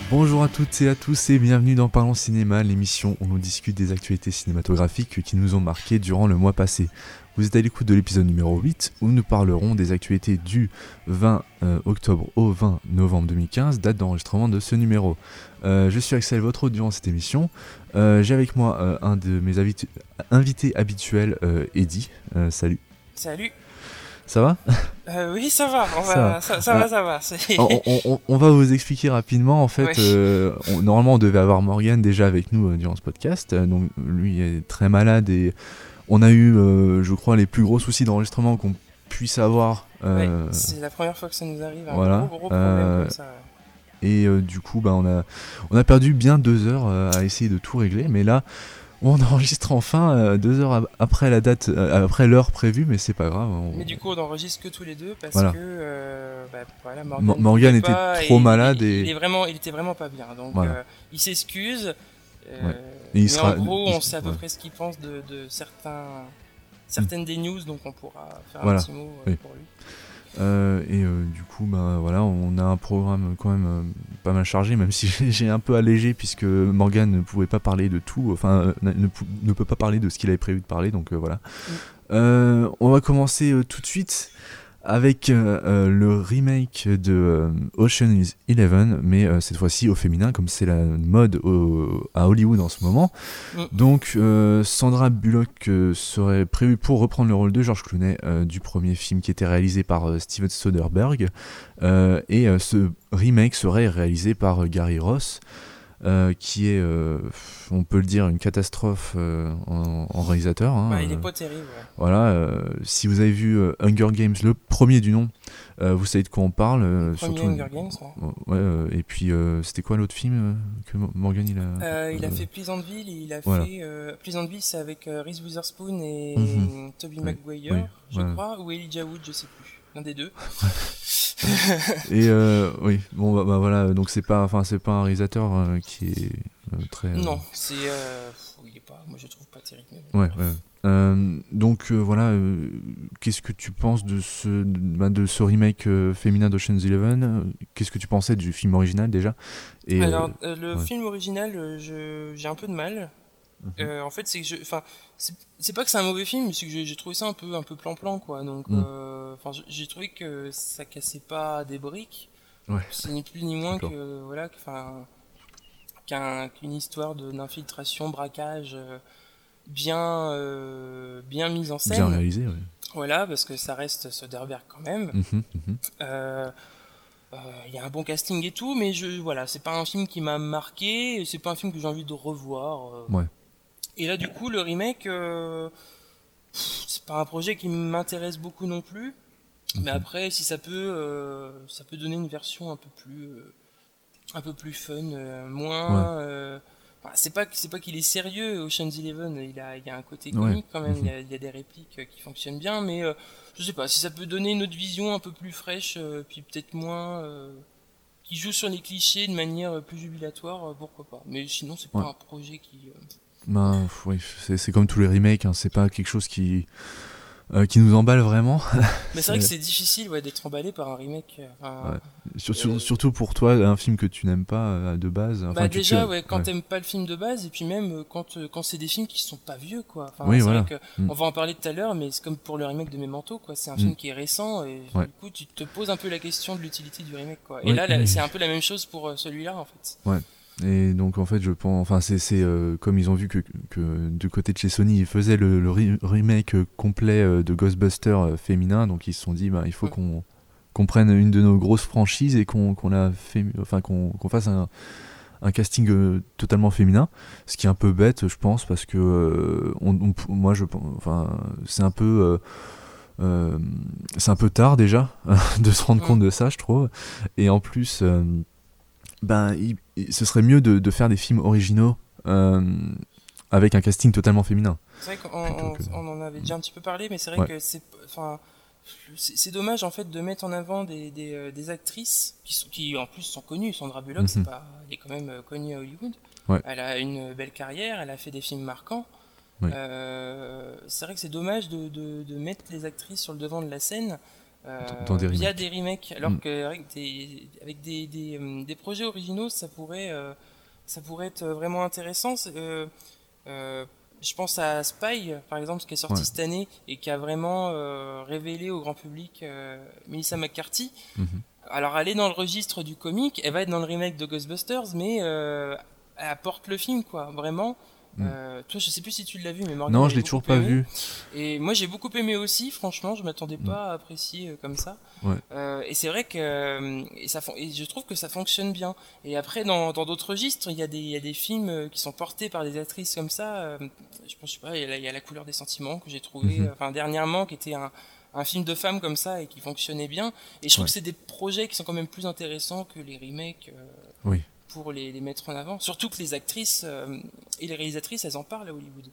Bonjour à toutes et à tous et bienvenue dans Parlons Cinéma, l'émission où l'on discute des actualités cinématographiques qui nous ont marqués durant le mois passé. Vous êtes à l'écoute de l'épisode numéro 8 où nous parlerons des actualités du 20 octobre au 20 novembre 2015, date d'enregistrement de ce numéro. Je suis Axel, votre hôte durant cette émission. J'ai avec moi un de mes invités habituels, Eddy. Salut. Salut. Ça va ? Oui, ça va, ça va. On va vous expliquer rapidement. En fait, Ouais. normalement, on devait avoir Morgan déjà avec nous durant ce podcast. Donc, lui est très malade et on a eu, je crois, les plus gros soucis d'enregistrement qu'on puisse avoir. Ouais, c'est la première fois que ça nous arrive, un Voilà. gros problème comme ça. Et du coup, on a perdu bien 2 heures à essayer de tout régler. Mais là, on enregistre enfin 2 heures après la date, après l'heure prévue, mais c'est pas grave. Mais du coup, on enregistre que tous les deux parce Voilà. que Morgan était pas, trop malade il était vraiment pas bien. Donc, voilà. il s'excuse. Ouais. Et Mais en gros, on sait à peu près ce qu'il pense de certaines des news, donc on pourra faire un petit mot pour lui. Du coup, voilà, on a un programme quand même pas mal chargé, même si j'ai un peu allégé puisque Morgan ne pouvait pas parler de tout, enfin ne peut pas parler de ce qu'il avait prévu de parler, donc voilà. On va commencer tout de suite avec le remake de Ocean's 11, mais cette fois-ci au féminin, comme c'est la mode à Hollywood en ce moment. Donc Sandra Bullock serait prévue pour reprendre le rôle de George Clooney du premier film qui était réalisé par Steven Soderbergh, et ce remake serait réalisé par Gary Ross, qui est, on peut le dire, une catastrophe en réalisateur. Hein, il est pas terrible. Ouais. Voilà, si vous avez vu Hunger Games, le premier du nom, vous savez de quoi on parle. Le premier surtout, Hunger Games, ouais. Et puis, c'était quoi l'autre film que Morgan il a fait Pleasantville, voilà. Pleasantville, c'est avec Reese Witherspoon et Tobey Maguire, oui, je crois, ou Elijah Wood, je sais plus, l'un des deux. Et oui, bon voilà, donc c'est pas un réalisateur qui est très. Non, c'est il est pas, moi je trouve pas terrible. Ouais. Donc voilà, qu'est-ce que tu penses de ce remake féminin d'Ocean's 11 ? Qu'est-ce que tu pensais du film original déjà ? Et, alors le film original, j'ai un peu de mal. En fait, c'est que c'est pas que c'est un mauvais film, c'est que j'ai trouvé ça un peu plan-plan quoi. Donc j'ai trouvé que ça cassait pas des briques. Ouais. C'est ni plus ni moins que voilà, qu'une histoire d'infiltration, braquage bien mise en scène. Bien réalisé, ouais. Voilà, parce que ça reste Soderbergh quand même. Y a un bon casting et tout, mais voilà, c'est pas un film qui m'a marqué, c'est pas un film que j'ai envie de revoir. Ouais. Et là, du coup, le remake, c'est pas un projet qui m'intéresse beaucoup non plus. Mais après, si ça peut donner une version un peu plus fun, moins. Ouais. C'est pas qu'il est sérieux, Ocean's 11, il y a un côté comique quand même, il y a des répliques qui fonctionnent bien, mais je sais pas, si ça peut donner une autre vision un peu plus fraîche, puis peut-être moins. Qui joue sur les clichés de manière plus jubilatoire, pourquoi pas. Mais sinon, c'est pas un projet qui. Oui, c'est comme tous les remakes, hein, c'est pas quelque chose qui nous emballe vraiment. Mais c'est vrai que c'est difficile d'être emballé par un remake. Surtout pour toi, un film que tu n'aimes pas de base. Déjà, quand t'aimes pas le film de base, et puis même quand c'est des films qui sont pas vieux, quoi. Oui, c'est voilà. vrai que on va en parler tout à l'heure, mais c'est comme pour le remake de Memento, quoi. C'est un film qui est récent, et du coup, tu te poses un peu la question de l'utilité du remake, quoi. Et là, c'est un peu la même chose pour celui-là, en fait. Ouais. Et donc en fait je pense, c'est comme ils ont vu que du côté de chez Sony ils faisaient le remake complet de Ghostbusters féminin, donc ils se sont dit il faut qu'on prenne une de nos grosses franchises et qu'on fasse un casting totalement féminin, ce qui est un peu bête je pense parce que c'est un peu tard déjà de se rendre compte de ça, je trouve, et en plus ce serait mieux de faire des films originaux avec un casting totalement féminin. C'est vrai qu'on en avait déjà un petit peu parlé, mais c'est vrai que c'est dommage en fait de mettre en avant des actrices qui en plus sont connues. Sandra Bullock, elle est quand même connue à Hollywood. Ouais. Elle a une belle carrière, elle a fait des films marquants. Oui. C'est vrai que c'est dommage de mettre les actrices sur le devant de la scène dans des via remakes. des remakes, alors que avec des projets originaux, ça pourrait être vraiment intéressant. Je pense à Spy, par exemple, qui est sorti cette année et qui a vraiment révélé au grand public Melissa McCarthy. Alors, elle est dans le registre du comique, elle va être dans le remake de Ghostbusters, mais elle apporte le film, quoi, vraiment. Toi, je sais plus si tu l'as vu, mais Morgan, non, je l'ai toujours pas vu. Et moi, j'ai beaucoup aimé aussi. Franchement, je m'attendais pas à apprécier comme ça. Et c'est vrai que et je trouve que ça fonctionne bien. Et après, dans d'autres registres, il y a des films qui sont portés par des actrices comme ça. Je sais pas, il y a La couleur des sentiments que j'ai trouvé, dernièrement, qui était un film de femmes comme ça et qui fonctionnait bien. Et je trouve que c'est des projets qui sont quand même plus intéressants que les remakes. Pour les mettre en avant. Surtout que les actrices et les réalisatrices, elles en parlent à Hollywood.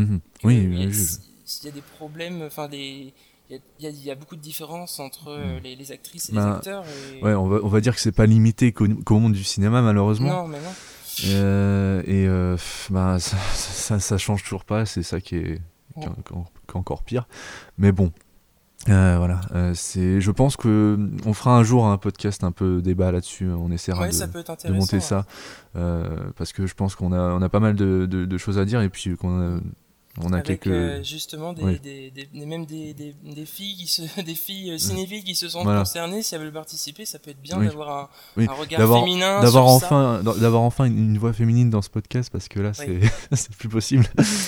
Il y a des problèmes, enfin il y a beaucoup de différences entre les actrices et les acteurs. Ouais, on va dire que c'est pas limité qu'au monde du cinéma, malheureusement. Non, mais non. Ça change toujours pas, c'est ça qui est encore pire. Mais bon. Je pense que on fera un jour un podcast un peu débat là-dessus. On essaiera de monter ça parce que je pense qu'on a pas mal de choses à dire et puis qu'on a avec quelques justement même des filles cinéphiles qui se sentent concernées, si elles veulent participer, ça peut être bien d'avoir un regard féminin d'avoir enfin une voix féminine dans ce podcast parce que là c'est plus possible.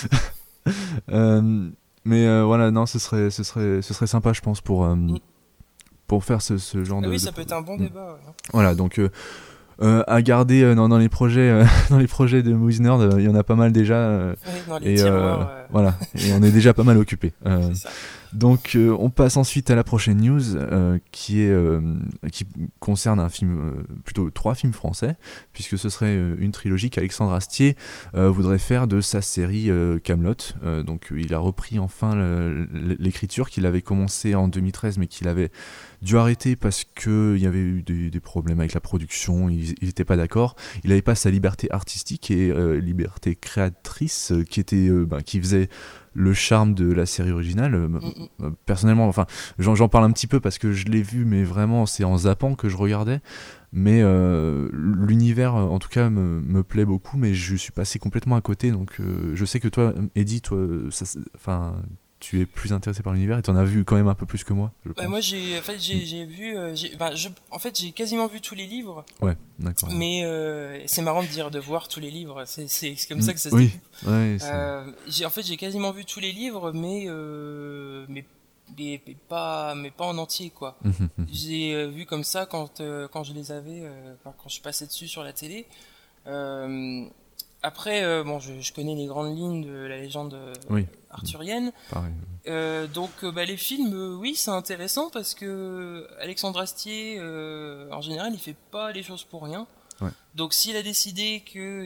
Mais voilà, non, ce serait sympa, je pense, pour faire ce genre de. Oui, ça peut être un bon débat. Voilà, donc à garder dans les projets de Movies Nerd, il y en a pas mal déjà. Dans les tiroirs. Voilà, et on est déjà pas mal occupé. Donc on passe ensuite à la prochaine news qui concerne un film, plutôt 3 films français, puisque ce serait une trilogie qu'Alexandre Astier voudrait faire de sa série Kaamelott. Donc il a repris enfin l'écriture qu'il avait commencé en 2013 mais qu'il avait dû arrêter parce qu'il y avait eu des problèmes avec la production, il n'était pas d'accord, il n'avait pas sa liberté artistique et liberté créatrice qui faisait le charme de la série originale. Personnellement, enfin, j'en parle un petit peu parce que je l'ai vu, mais vraiment c'est en zappant que je regardais. Mais l'univers, en tout cas, me plaît beaucoup, mais je suis passé complètement à côté. Donc, je sais que toi, Eddie, tu es plus intéressé par l'univers et t'en as vu quand même un peu plus que moi. Moi, j'ai vu, j'ai quasiment vu tous les livres. Ouais, d'accord. Mais c'est marrant de voir tous les livres. C'est comme ça que ça se découpe. J'ai quasiment vu tous les livres, mais pas en entier, quoi. J'ai vu comme ça quand je les avais, quand je suis passé dessus sur la télé. Après, je connais les grandes lignes de la légende arthurienne. Pareil. Donc, les films, oui, c'est intéressant parce que Alexandre Astier, en général, il fait pas les choses pour rien. Donc, s'il a décidé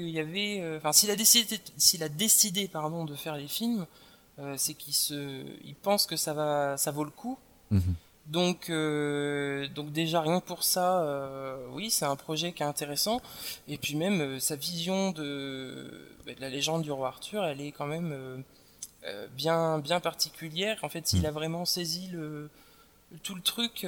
s'il a décidé, de faire les films, c'est il pense que ça vaut le coup. Donc déjà rien que pour ça, oui, c'est un projet qui est intéressant. Et puis même sa vision de la légende du roi Arthur, elle est quand même bien particulière. En fait, il a vraiment saisi tout le truc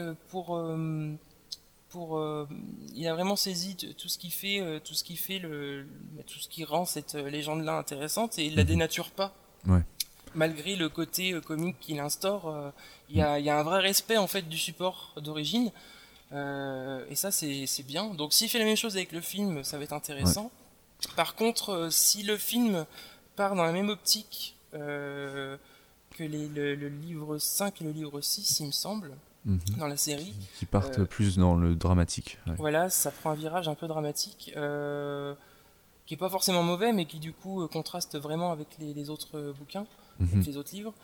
il a vraiment saisi tout ce qui fait tout ce qui rend cette légende-là intéressante et il la dénature pas. Malgré le côté comique qu'il instaure, il y a un vrai respect en fait du support d'origine, et ça c'est bien. Donc s'il fait la même chose avec le film, ça va être intéressant. Par contre, si le film part dans la même optique que le livre 5 et le livre 6, il me semble, dans la série, qui partent plus dans le dramatique. Voilà, ça prend un virage un peu dramatique. Qui est pas forcément mauvais, mais qui du coup contraste vraiment avec les autres bouquins, avec les autres livres.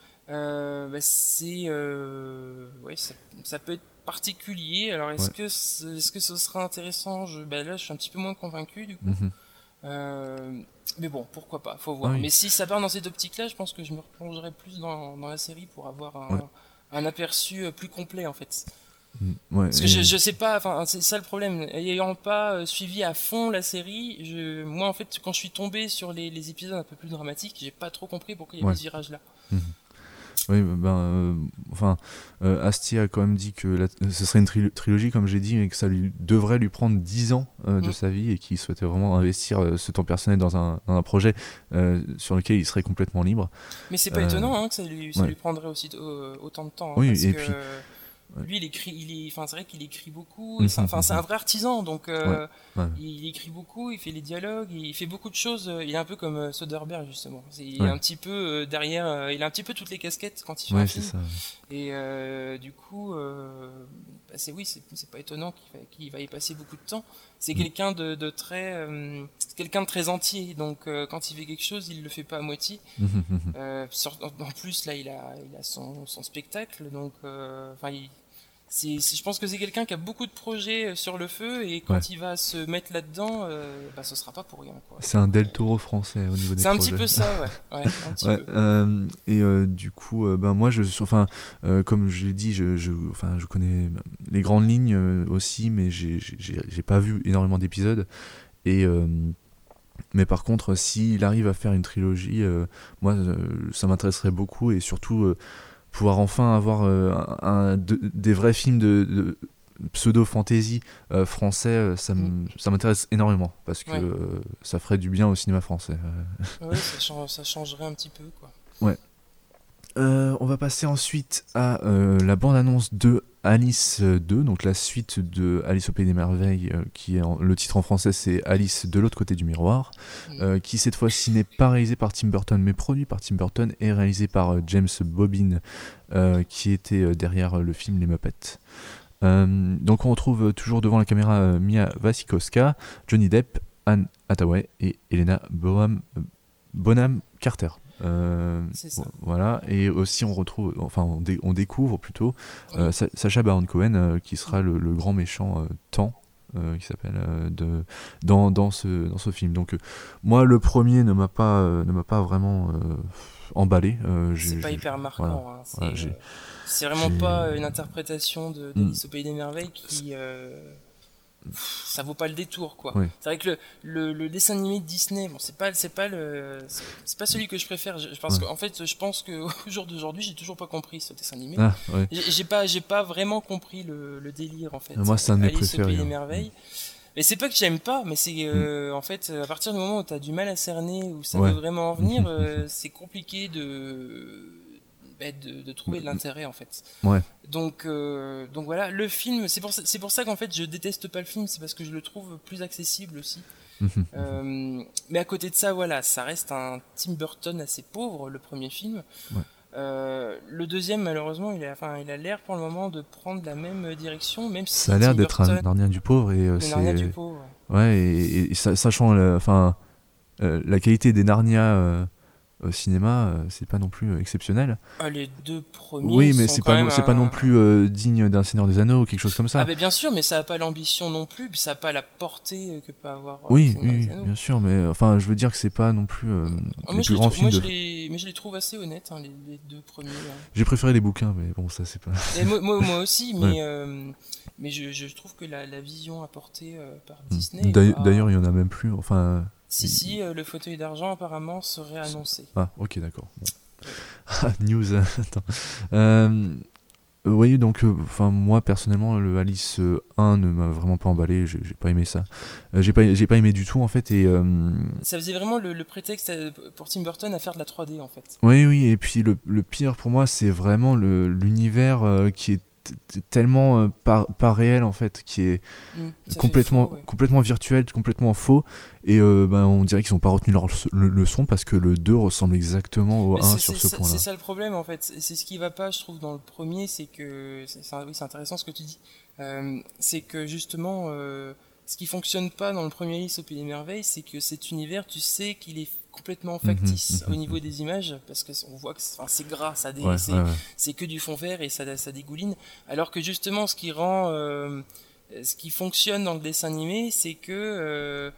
Ça peut être particulier. Alors est-ce que ce sera intéressant? Là, je suis un petit peu moins convaincu du coup. Mais bon, pourquoi pas, faut voir. Mais si ça part dans cette optique-là, je pense que je me replongerai plus dans la série pour avoir un aperçu plus complet en fait. Parce que je sais pas, enfin c'est ça le problème, ayant pas suivi à fond la série, moi en fait quand je suis tombé sur les épisodes un peu plus dramatiques, j'ai pas trop compris pourquoi il y avait ce virage là. Oui, enfin, Astier a quand même dit que ce serait une trilogie, comme j'ai dit, mais que ça devrait lui prendre 10 ans de sa vie et qu'il souhaitait vraiment investir ce temps personnel dans un projet sur lequel il serait complètement libre. Mais c'est pas étonnant que ça lui prendrait aussi autant de temps. Oui, parce et que puis... lui, c'est vrai qu'il écrit beaucoup. C'est un vrai artisan, donc il écrit beaucoup, il fait les dialogues, il fait beaucoup de choses. Il est un peu comme Soderbergh justement. Il est un petit peu derrière. Il a un petit peu toutes les casquettes quand il fait un film. Ça. Et du coup, c'est pas étonnant qu'il va y passer beaucoup de temps. C'est quelqu'un de très, quelqu'un de très entier. Donc quand il fait quelque chose, il le fait pas à moitié. En plus là, il a son spectacle, donc je pense que c'est quelqu'un qui a beaucoup de projets sur le feu, et quand il va se mettre là-dedans, ce sera pas pour rien, quoi. C'est un Del Toro français au niveau des projets. C'est un petit peu ça, ouais. Un petit peu. Et du coup, moi, comme je l'ai dit, je connais les grandes lignes aussi, mais j'ai pas vu énormément d'épisodes. Mais par contre, s'il arrive à faire une trilogie, moi, ça m'intéresserait beaucoup, et surtout pouvoir enfin avoir des vrais films de pseudo-fantasy français, ça m'intéresse énormément, parce que ça ferait du bien au cinéma français. Ouais, ça changerait un petit peu, quoi. Ouais. On va passer ensuite à la bande-annonce de Alice 2, donc la suite de Alice au Pays des Merveilles, le titre en français c'est Alice de l'autre côté du miroir, qui cette fois-ci n'est pas réalisé par Tim Burton mais produit par Tim Burton et réalisé par James Bobin, qui était derrière le film Les Muppets. Donc on retrouve toujours devant la caméra Mia Wasikowska, Johnny Depp, Anne Hathaway et Helena Bonham Carter. C'est ça. Voilà, et aussi on découvre plutôt Sacha Baron Cohen, qui sera le grand méchant Temps, qui s'appelle dans ce film. Donc moi, le premier ne m'a pas vraiment emballé. C'est pas hyper marquant. C'est vraiment pas une interprétation d'Alice au Pays des Merveilles qui ça vaut pas le détour, quoi. C'est vrai que le dessin animé de Disney, bon, c'est pas celui que je préfère. Parce qu'en fait, je pense que au jour d'aujourd'hui, j'ai toujours pas compris ce dessin animé. J'ai pas vraiment compris le délire, en fait. Moi, c'est un de mes préférés. Alice au Pays des Merveilles. Mais c'est pas que j'aime pas, mais c'est en fait, à partir du moment où t'as du mal à cerner où ça veut vraiment en venir, c'est compliqué de trouver de l'intérêt, en fait. Donc voilà, le film, c'est pour ça qu'en fait je déteste pas le film, c'est parce que je le trouve plus accessible aussi. Mais à côté de ça, voilà, ça reste un Tim Burton assez pauvre, le premier film. Le deuxième, malheureusement, il a l'air pour le moment de prendre la même direction, même si ça a l'air d'être un Narnia du pauvre, et Narnia du pauvre. Et sachant la qualité des Narnia au cinéma, c'est pas non plus exceptionnel. Les deux premiers. Oui, mais c'est pas non plus digne d'un Seigneur des Anneaux ou quelque chose comme ça. Bien sûr, mais ça a pas l'ambition non plus, puis ça a pas la portée que peut avoir. Oui, bien sûr, mais enfin, je veux dire que c'est pas non plus les plus grands films. Mais je les trouve assez honnêtes, les deux premiers. J'ai préféré les bouquins, mais bon, ça c'est pas. Et moi aussi, mais je trouve que la vision apportée par Disney. D'ailleurs, il y en a même plus. Enfin. Si, le fauteuil d'argent apparemment serait annoncé. Ah, ok, d'accord. Bon. News. Attends. Vous voyez, donc, moi personnellement, le Alice 1 ne m'a vraiment pas emballé. J'ai pas aimé ça. J'ai pas aimé du tout, en fait. Et ça faisait vraiment le prétexte pour Tim Burton à faire de la 3D, en fait. Oui, et puis le pire pour moi, c'est vraiment l'univers qui est tellement pas réel, en fait, qui est complètement virtuel, complètement faux, et on dirait qu'ils n'ont pas retenu leur leçon, parce que le 2 ressemble exactement au 1 sur ce point-là. C'est ça le problème, en fait, c'est ce qui va pas, je trouve, dans le premier, c'est que c'est intéressant ce que tu dis, c'est que justement ce qui fonctionne pas dans le premier Alice au Pays des Merveilles, c'est que cet univers, tu sais qu'il est complètement factice au niveau des images, parce que on voit que c'est gras, c'est que du fond vert et ça dégouline, alors que justement ce qui fonctionne dans le dessin animé, c'est que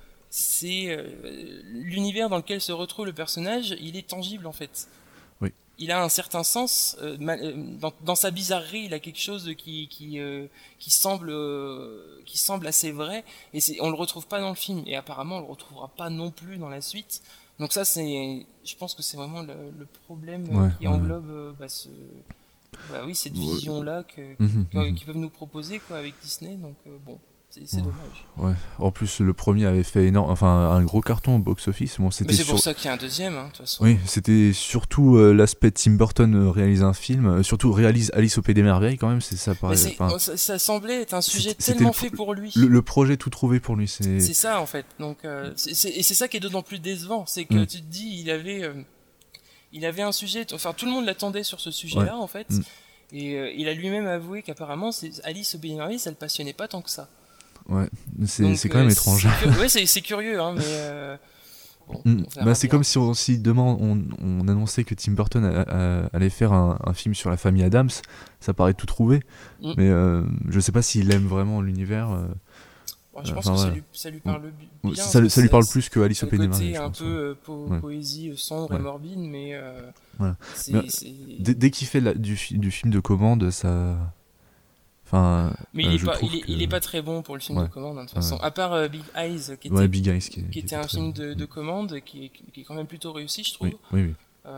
l'univers dans lequel se retrouve le personnage, il est tangible, en fait. Il a un certain sens, dans sa bizarrerie, il a quelque chose qui semble assez vrai, et on le retrouve pas dans le film, et apparemment on le retrouvera pas non plus dans la suite. Donc ça, je pense que c'est vraiment le problème qui ouais. englobe cette vision-là qu'ils peuvent nous proposer quoi, avec Disney. Donc bon, c'est dommage. Ouais. En plus, le premier avait fait un gros carton au box-office. Bon, Mais c'est pour ça qu'il y a un deuxième, de toute façon. Oui, c'était surtout l'aspect Tim Burton réalise un film, surtout réalise Alice au Pays des Merveilles quand même, c'est ça pareil. Ça semblait être un sujet tellement fait pour lui. Le projet tout trouvé pour lui, c'est ça en fait. Donc et c'est ça qui est d'autant plus décevant, c'est que tu te dis il avait un sujet, enfin tout le monde l'attendait sur ce sujet-là en fait, et il a lui-même avoué qu'apparemment Alice au Pays des Merveilles ça le passionnait pas tant que ça. Ouais, c'est quand même étrange. C'est curieux, hein, mais c'est comme si demain on annonçait que Tim Burton allait faire un film sur la famille Addams, ça paraît tout trouvé, mais je sais pas s'il aime vraiment l'univers. Je pense que ça lui parle bien. Ça lui parle plus que Alice au Pays des Merveilles. C'est un peu poésie sombre et morbide, mais voilà. Dès qu'il fait du film de commande, ça. Mais il est pas très bon pour le film de commande, de toute façon. À part Big Eyes, qui était un film de commande, qui est quand même plutôt réussi, je trouve. Oui.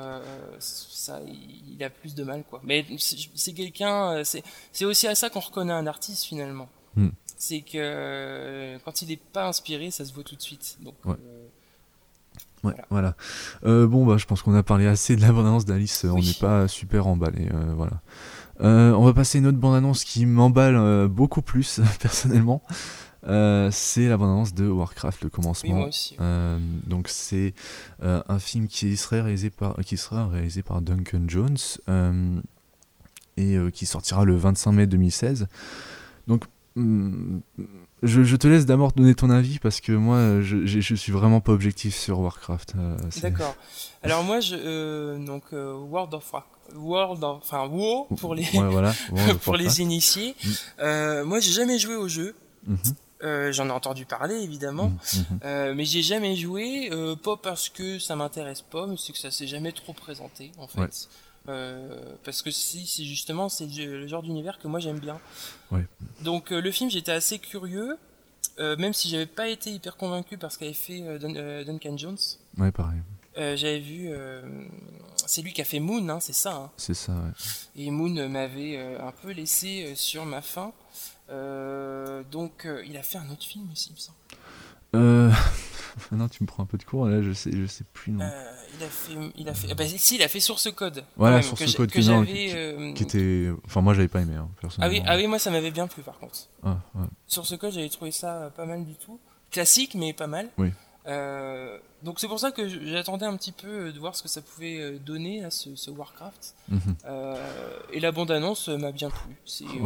Il a plus de mal, quoi. Mais c'est quelqu'un. C'est aussi à ça qu'on reconnaît un artiste finalement. C'est que quand il est pas inspiré, ça se voit tout de suite. Donc. Voilà. Je pense qu'on a parlé assez de la bande-annonce d'Alice. On n'est pas super emballé. Voilà. On va passer à une autre bande-annonce qui m'emballe beaucoup plus personnellement. C'est la bande-annonce de Warcraft, le commencement. Oui, moi aussi. Donc c'est un film qui sera réalisé par Duncan Jones et qui sortira le 25 mai 2016. Donc je te laisse d'abord donner ton avis parce que moi je suis vraiment pas objectif sur Warcraft. D'accord. Alors moi WoW pour les pour les initiés. Moi j'ai jamais joué au jeu. J'en ai entendu parler évidemment, mais j'ai jamais joué, pas parce que ça m'intéresse pas, mais c'est que ça s'est jamais trop présenté en fait. Parce que c'est justement le genre d'univers que moi j'aime bien. Donc le film, j'étais assez curieux, même si j'avais pas été hyper convaincu par ce qu'avait fait Duncan Jones. Ouais, pareil. J'avais vu, c'est lui qui a fait Moon, hein, c'est ça. Hein. C'est ça. Ouais. Et Moon m'avait un peu laissé sur ma faim. Donc il a fait un autre film aussi, il me semble. Non, tu me prends un peu de cours là, je sais plus. Non. Il a fait. Il a fait Source Code. Voilà, Source Code que j'avais. Qui était. Enfin, moi, j'avais pas aimé, personnellement. Ah oui, moi, ça m'avait bien plu, par contre. Ouais. Source Code, j'avais trouvé ça pas mal du tout. Classique, mais pas mal. Oui. Donc c'est pour ça que j'attendais un petit peu de voir ce que ça pouvait donner à ce Warcraft. Et la bande-annonce m'a bien plu.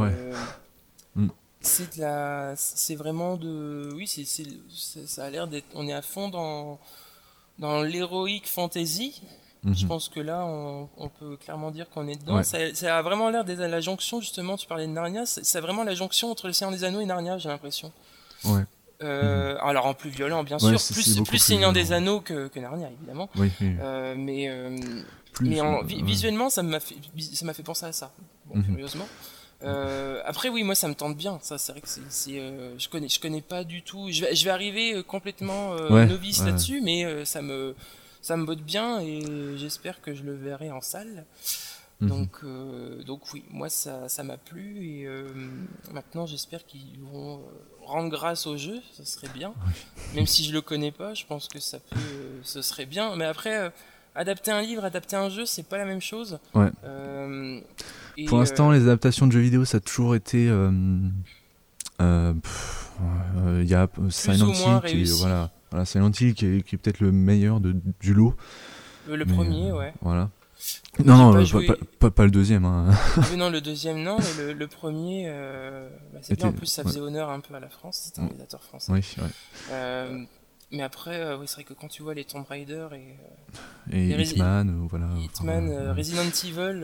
C'est vraiment ça a l'air d'être, on est à fond dans l'héroïque fantasy. Je pense que là on peut clairement dire qu'on est dedans. Ça a vraiment l'air d'être la jonction, justement, tu parlais de Narnia, c'est vraiment la jonction entre le Seigneur des Anneaux et Narnia, j'ai l'impression. Alors en plus violent bien sûr, plus Seigneur des Anneaux que Narnia évidemment. Visuellement ça m'a fait penser à ça, curieusement. Après oui, moi ça me tente bien, ça c'est vrai que je connais pas du tout, je vais arriver complètement novice là-dessus, mais ça me botte bien et j'espère que je le verrai en salle. Donc oui, moi ça m'a plu et maintenant j'espère qu'ils vont rendre grâce au jeu, ça serait bien. Même si je le connais pas, je pense que ce serait bien. Mais après, adapter un livre, adapter un jeu, c'est pas la même chose. Pour l'instant, les adaptations de jeux vidéo, ça a toujours été. Il y a Silent Hill Silent Hill qui est peut-être le meilleur du lot. Le premier, ouais. Voilà. Non, pas le deuxième. Hein. Non, le deuxième, non, mais le premier, c'est bien, en plus ça faisait honneur un peu à la France, c'était un réalisateur français. Mais après, c'est vrai que quand tu vois les Tomb Raider et Hitman, Resident Evil,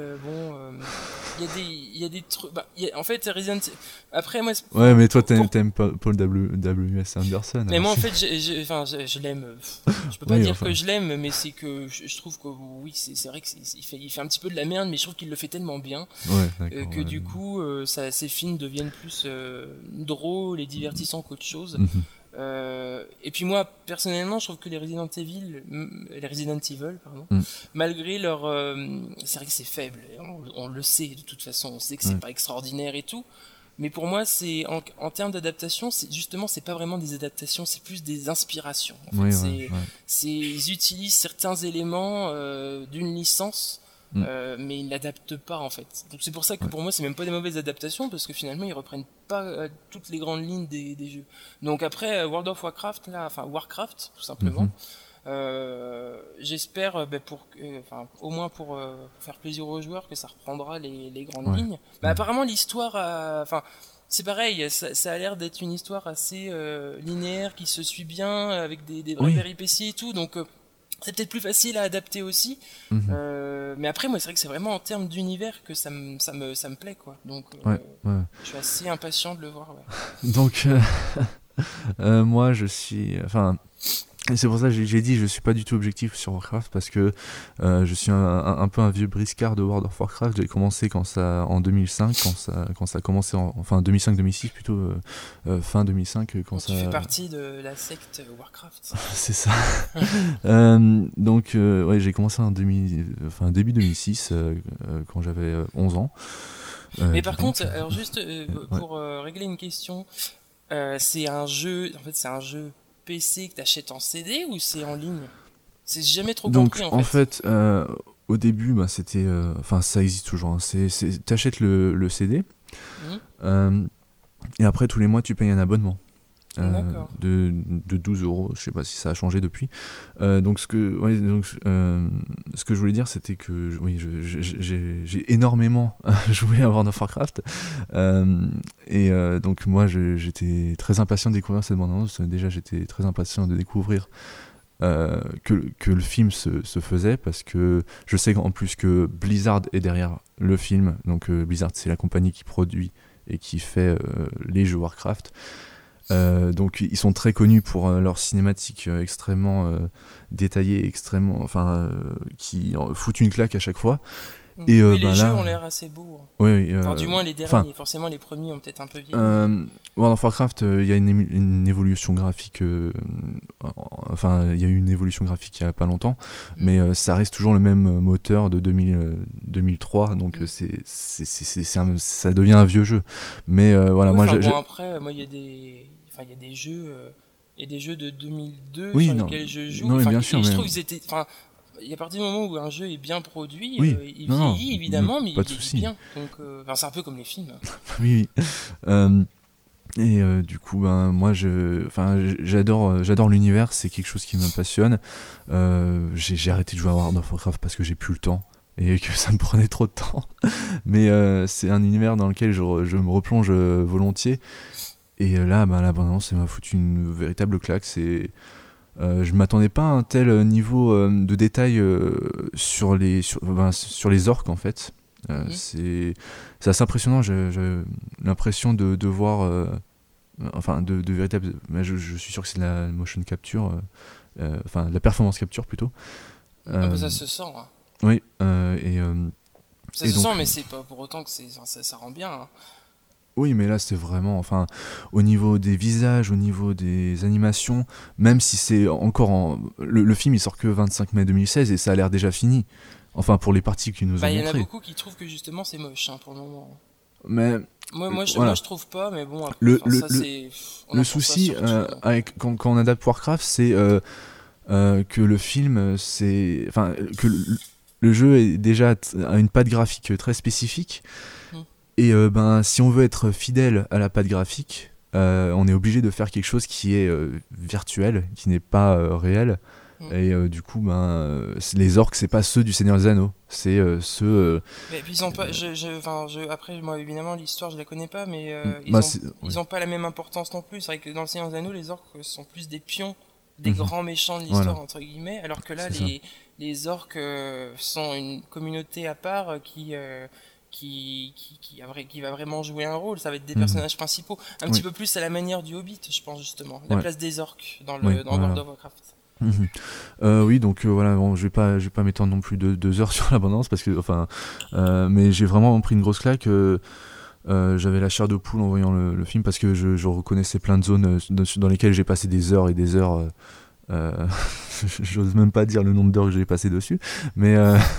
il y a des trucs. En fait, Resident. Après, moi. Mais toi, t'aimes pas Paul W.S. Anderson. Mais moi, en fait, je l'aime. Je peux pas dire que je l'aime, mais c'est que je trouve que oui, c'est vrai qu'il fait un petit peu de la merde, mais je trouve qu'il le fait tellement bien que du coup, ses films deviennent plus drôles et divertissants qu'autre chose. Et puis moi, personnellement, je trouve que les Resident Evil, pardon, malgré leur... c'est vrai que c'est faible, on le sait de toute façon, on sait que c'est pas extraordinaire et tout, mais pour moi, c'est en termes d'adaptation, c'est pas vraiment des adaptations, c'est plus des inspirations. En fait. Ils utilisent certains éléments d'une licence, mais ils l'adaptent pas en fait. Donc c'est pour ça que pour moi c'est même pas des mauvaises adaptations parce que finalement ils reprennent pas toutes les grandes lignes des jeux. Donc après World of Warcraft Warcraft tout simplement. J'espère au moins pour faire plaisir aux joueurs que ça reprendra les grandes lignes. Apparemment l'histoire c'est pareil, ça a l'air d'être une histoire assez linéaire qui se suit bien avec des vraies péripéties et tout, donc c'est peut-être plus facile à adapter aussi. Mais après moi c'est vrai que c'est vraiment en termes d'univers que ça me plaît quoi. Donc je suis assez impatient de le voir. Donc moi je suis et c'est pour ça que j'ai dit je suis pas du tout objectif sur Warcraft parce que je suis un peu un vieux briscard de World of Warcraft. J'ai commencé en 2005 quand ça a commencé 2005-2006 plutôt fin 2005 quand ça... Tu fais partie de la secte Warcraft. C'est ça. Donc j'ai commencé début 2006 quand j'avais 11 ans. Mais par contre alors juste pour régler une question, c'est un jeu PC que t'achètes en CD ou c'est en ligne? C'est jamais trop compris en fait. Au début, c'était, ça existe toujours. Hein. T'achètes le CD et après tous les mois tu payes un abonnement de 12 €. Je sais pas si ça a changé depuis. Donc ce que je voulais dire, c'était que j'ai énormément joué à World of Warcraft donc moi j'étais très impatient de découvrir cette bande-annonce. Déjà j'étais très impatient de découvrir que le film se faisait parce que je sais en plus que Blizzard est derrière le film. Donc Blizzard c'est la compagnie qui produit et qui fait les jeux Warcraft. Donc ils sont très connus pour leurs cinématiques extrêmement détaillées, qui foutent une claque à chaque fois. Et les jeux ont l'air assez beaux. Du moins les derniers, forcément les premiers ont peut-être un peu vieilli. World of Warcraft, il y a une évolution graphique. Il y a eu une évolution graphique il y a pas longtemps, mais ça reste toujours le même moteur de 2003, donc ça devient un vieux jeu. Mais après, moi il y a des jeux de 2002 sur lesquels je joue. Bien sûr, je trouve qu'ils étaient. Il y a partir du moment où un jeu est bien produit, il vieillit évidemment, mais il vieillit bien. Donc, c'est un peu comme les films. Oui. Du coup, moi, j'adore l'univers. C'est quelque chose qui me passionne. J'ai arrêté de jouer à World of Warcraft parce que j'ai plus le temps et que ça me prenait trop de temps. Mais c'est un univers dans lequel je me replonge volontiers. Et là, la bande-annonce, ça m'a foutu une véritable claque. Je m'attendais pas à un tel niveau de détail sur les orques en fait. C'est assez impressionnant. J'ai l'impression de voir de véritable. Je suis sûr que c'est de la motion capture, de la performance capture plutôt. Ça se sent. Hein. Oui. Ça se sent, mais c'est pas pour autant que ça rend bien. Hein. Oui, mais là, c'est vraiment, au niveau des visages, au niveau des animations, même si c'est encore le film, il sort que 25 mai 2016 et ça a l'air déjà fini. Enfin, pour les parties qu'ils nous ont montrées. Il y en a beaucoup qui trouvent que justement c'est moche pour le moment. Mais moi, je trouve pas, mais bon. Après, le souci quand on adapte Warcraft, c'est que le film, que le jeu est déjà a une patte graphique très spécifique. Et si on veut être fidèle à la patte graphique, on est obligé de faire quelque chose qui est virtuel, qui n'est pas réel. Et du coup, les orques, c'est pas ceux du Seigneur des Anneaux, c'est ceux. Mais puis ils ont pas. Après, moi, évidemment, l'histoire, je la connais pas, mais ils ont pas la même importance non plus. C'est vrai que dans le Seigneur des Anneaux, les orques sont plus des pions, des grands méchants de l'histoire entre guillemets, alors que là, les orques sont une communauté à part qui va vraiment jouer un rôle. Ça va être des personnages principaux, un petit peu plus à la manière du Hobbit, je pense justement, la place des orques dans World of Warcraft. Oui, donc voilà, bon, je vais pas m'étendre non plus 2 heures sur l'abondance parce que mais j'ai vraiment pris une grosse claque. J'avais la chair de poule en voyant le film parce que je reconnaissais plein de zones dans lesquelles j'ai passé des heures et des heures. J'ose même pas dire le nombre d'heures que j'ai passé dessus, mais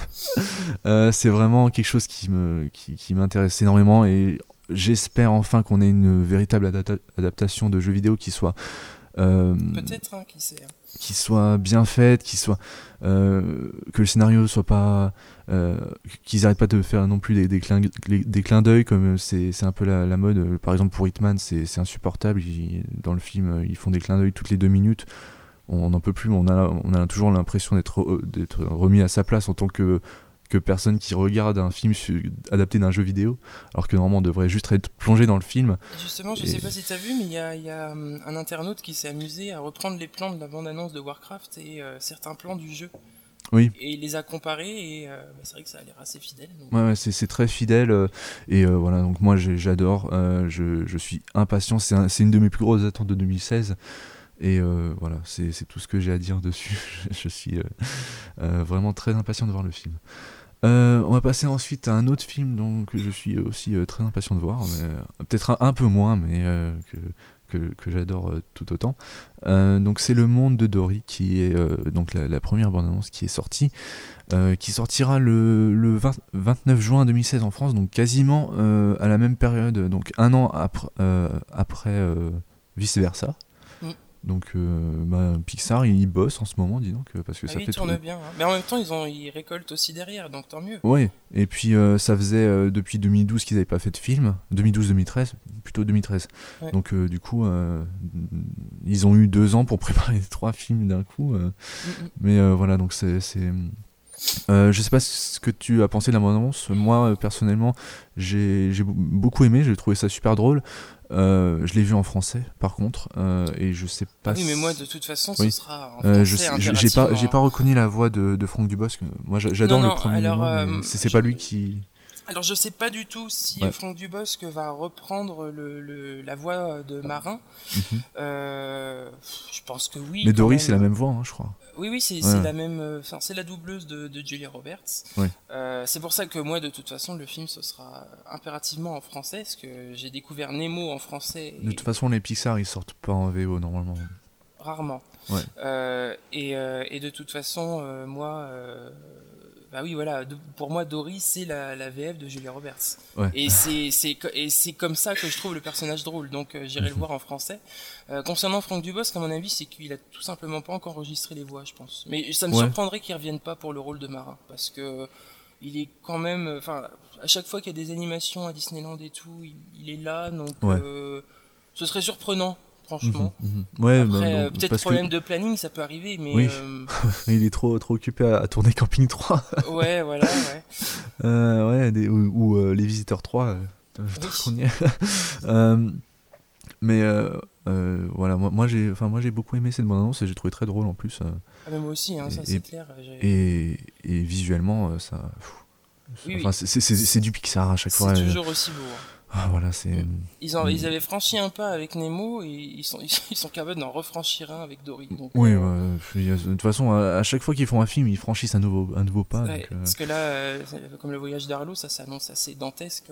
c'est vraiment quelque chose qui m'intéresse énormément et j'espère enfin qu'on ait une véritable adaptation de jeux vidéo qui soit peut-être, qui sait. Qui soit bien faite, que le scénario soit pas, qu'ils arrêtent pas de faire non plus des clins d'œil comme c'est un peu la mode. Par exemple pour Hitman, c'est insupportable. Dans le film, ils font des clins d'œil toutes les 2 minutes. On n'en peut plus. On a toujours l'impression d'être remis à sa place en tant que personne qui regarde un film adapté d'un jeu vidéo, alors que normalement on devrait juste être plongé dans le film. Justement, je sais pas si t'as vu, mais il y a un internaute qui s'est amusé à reprendre les plans de la bande-annonce de Warcraft et certains plans du jeu. Oui. Et il les a comparés et c'est vrai que ça a l'air assez fidèle. Donc... Ouais, c'est très fidèle et voilà, donc moi j'adore, je suis impatient, c'est une de mes plus grosses attentes de 2016. Et voilà, c'est tout ce que j'ai à dire dessus. Je suis vraiment très impatient de voir le film. On va passer ensuite à un autre film donc, que je suis aussi très impatient de voir, mais, peut-être un peu moins, mais que j'adore tout autant. Donc c'est Le Monde de Dory, qui est donc la première bande-annonce qui est sortie, qui sortira le 29 juin 2016 en France, donc quasiment à la même période, donc un an après Vice Versa. Donc Pixar il bosse en ce moment, dis donc, parce que ça fait tourne bien, hein. Mais en même temps ils récoltent aussi derrière, donc tant mieux. Ouais, et puis ça faisait depuis 2012 qu'ils n'avaient pas fait de film, 2012-2013, plutôt 2013. Ouais. Donc du coup ils ont eu 2 ans pour préparer 3 films d'un coup, mais voilà, donc c'est je sais pas ce que tu as pensé de la bande-annonce. Moi personnellement j'ai beaucoup aimé, j'ai trouvé ça super drôle. Je l'ai vu en français par contre et je sais pas. Oui, mais moi de toute façon ce sera en français. J'ai pas reconnu la voix de Franck Dubosc. Moi j'adore le premier Nemo, mais c'est pas lui qui. Alors je sais pas du tout si Franck Dubosc va reprendre la voix de Marin. Je pense que oui. Mais Dory c'est la même voix, hein, je crois. Oui, c'est la même. C'est la doubleuse de Julia Roberts. Ouais. C'est pour ça que moi, de toute façon, le film ce sera impérativement en français, parce que j'ai découvert Nemo en français. De toute façon, les Pixar ils sortent pas en VO normalement. Rarement. Ouais. Et de toute façon, moi. Bah oui, voilà. Pour moi, Dory, c'est la VF de Julia Roberts. Ouais. Et c'est comme ça que je trouve le personnage drôle. Donc, j'irai le voir en français. Concernant Franck Dubosc, à mon avis, c'est qu'il a tout simplement pas encore enregistré les voix, je pense. Mais ça me surprendrait qu'il revienne pas pour le rôle de Marin, parce que il est quand même. Enfin, à chaque fois qu'il y a des animations à Disneyland et tout, il est là. Donc, ce serait surprenant. Franchement. Ouais, après, peut-être problème de planning, ça peut arriver, mais... Oui. Il est trop occupé à tourner Camping 3. Ouais, voilà, ouais. Ou Les Visiteurs 3. Mais voilà, moi j'ai beaucoup aimé cette bande-annonce et j'ai trouvé très drôle en plus. Ah, mais moi aussi, hein, ça c'est clair. Et visuellement, ça... c'est du Pixar à chaque fois. C'est toujours aussi beau. Ah, voilà, c'est... Ils avaient franchi un pas avec Nemo et ils sont capables d'en refranchir un avec Dory. Donc, oui, de toute façon, à chaque fois qu'ils font un film, ils franchissent un nouveau pas. Ouais, donc, parce que là, comme le voyage d'Arlo, ça s'annonce assez dantesque.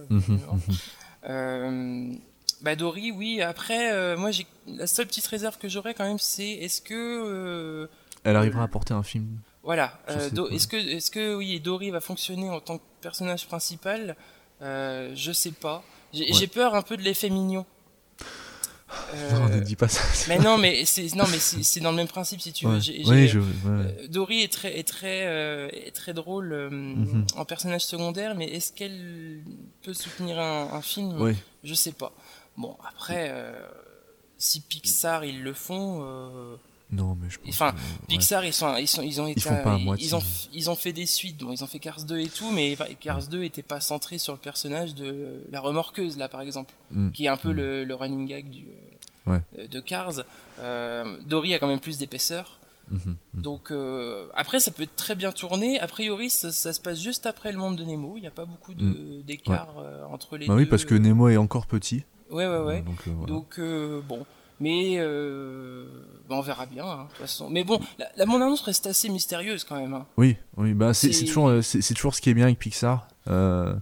Bah Dory, oui. Après, moi, la seule petite réserve que j'aurais quand même, c'est est-ce que... elle arrivera à porter un film. Voilà. Est-ce que oui, Dory va fonctionner en tant que personnage principal? Je sais pas. J'ai peur un peu de l'effet mignon. Non, ne dis pas ça. Mais non, mais c'est dans le même principe si tu veux. Dory est très drôle en personnage secondaire, mais est-ce qu'elle peut soutenir un film? Je sais pas. Bon, après, si Pixar ils le font. Non, mais je pense. Enfin, Pixar ils ont fait des suites. Bon, ils ont fait Cars 2 et tout, mais Cars 2 était pas centré sur le personnage de la remorqueuse là, par exemple, qui est un peu le running gag de Cars. Dory a quand même plus d'épaisseur. Donc après ça peut être très bien tourné. A priori ça se passe juste après Le Monde de Nemo. Il n'y a pas beaucoup d'écart entre les deux. Oui, parce que Nemo est encore petit. Ouais. Donc bon. Mais on verra bien, hein, de toute façon. Mais bon, la bande-annonce reste assez mystérieuse quand même. Hein. Oui, bah c'est toujours ce qui est bien avec Pixar.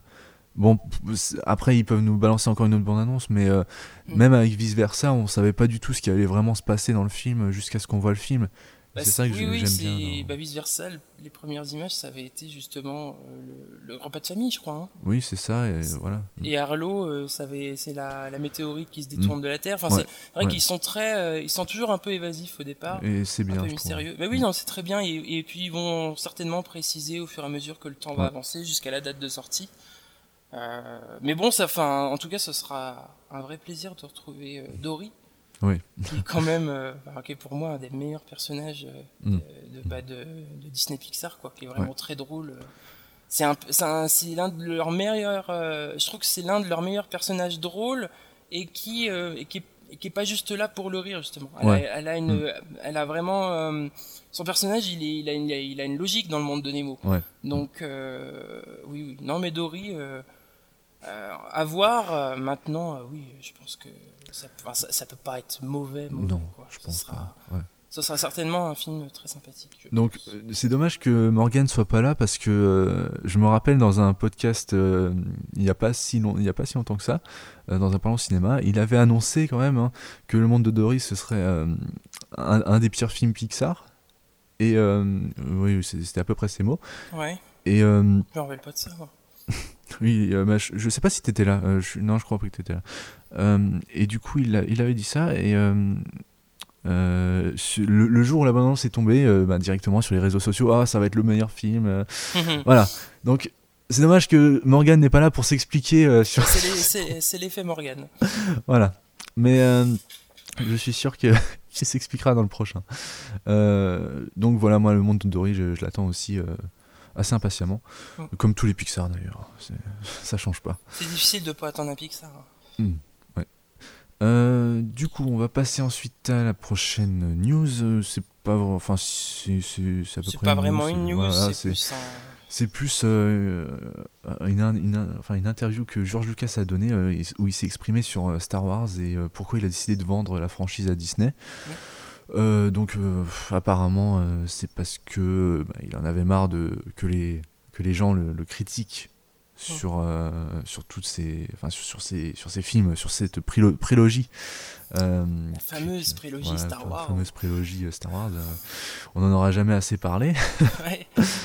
Bon, après ils peuvent nous balancer encore une autre bande-annonce, mais même avec Vice Versa, on savait pas du tout ce qui allait vraiment se passer dans le film jusqu'à ce qu'on voit le film. Et Bah, c'est ça que oui, j'aime bien. c'est vice versa. Les premières images, ça avait été justement le repas de famille, je crois. Hein. Oui, c'est ça, et voilà. Et Arlo, c'est la météorite qui se Mm. détourne de la Terre. Enfin, Ouais, c'est vrai qu'ils sont ils sont toujours un peu évasifs au départ, et c'est un bien, peu je trouve. mystérieux. Mais oui, non, c'est très bien. Et puis ils vont certainement préciser au fur et à mesure que le temps va avancer jusqu'à la date de sortie. Mais bon, en tout cas, ce sera un vrai plaisir de retrouver Dory. Oui. Qui est quand même, qui est pour moi un des meilleurs personnages de Disney Pixar, quoi, qui est vraiment très drôle. C'est l'un de leurs meilleurs, je trouve que c'est l'un de leurs meilleurs personnages drôles et qui est pas juste là pour le rire justement. Elle a vraiment son personnage, il a une logique dans le monde de Nemo. Ouais. Donc oui. Non mais Dory. À voir maintenant, oui, je pense que ça peut pas être mauvais. Non, quoi. je pense pas. Ouais. Ça sera certainement un film très sympathique. Donc c'est dommage que Morgan soit pas là parce que je me rappelle dans un podcast il y a pas si longtemps que ça, dans un parlant cinéma, il avait annoncé quand même que Le Monde de Dory ce serait un des pires films Pixar. Et oui, c'était à peu près ces mots. Ouais. Et je me rappelle pas de ça. Moi. Oui, je sais pas si t'étais là. Non, je crois pas que t'étais là. Et du coup, il avait dit ça. Et le jour où la bande-annonce est tombée, directement sur les réseaux sociaux, ça va être le meilleur film. Voilà. Donc, c'est dommage que Morgan n'est pas là pour s'expliquer sur. C'est l'effet Morgan. Voilà. Mais je suis sûr qu'il s'expliquera dans le prochain. Donc voilà, moi, Le Monde de Dory, je l'attends aussi. Assez impatiemment, comme tous les Pixar d'ailleurs, ça change pas. C'est difficile de pas attendre un Pixar. Ouais. Du coup, on va passer ensuite à la prochaine news. C'est pas, enfin, c'est à peu près. C'est pas vraiment une news, voilà, c'est plus une interview que George Lucas a donnée où il s'est exprimé sur Star Wars et pourquoi il a décidé de vendre la franchise à Disney. Donc apparemment c'est parce que il en avait marre que les gens le critiquent sur toutes ces sur ces films, sur cette prélogie, la fameuse prélogie Star Wars. La fameuse prélogie Star Wars, on n'en aura jamais assez parlé. Ouais.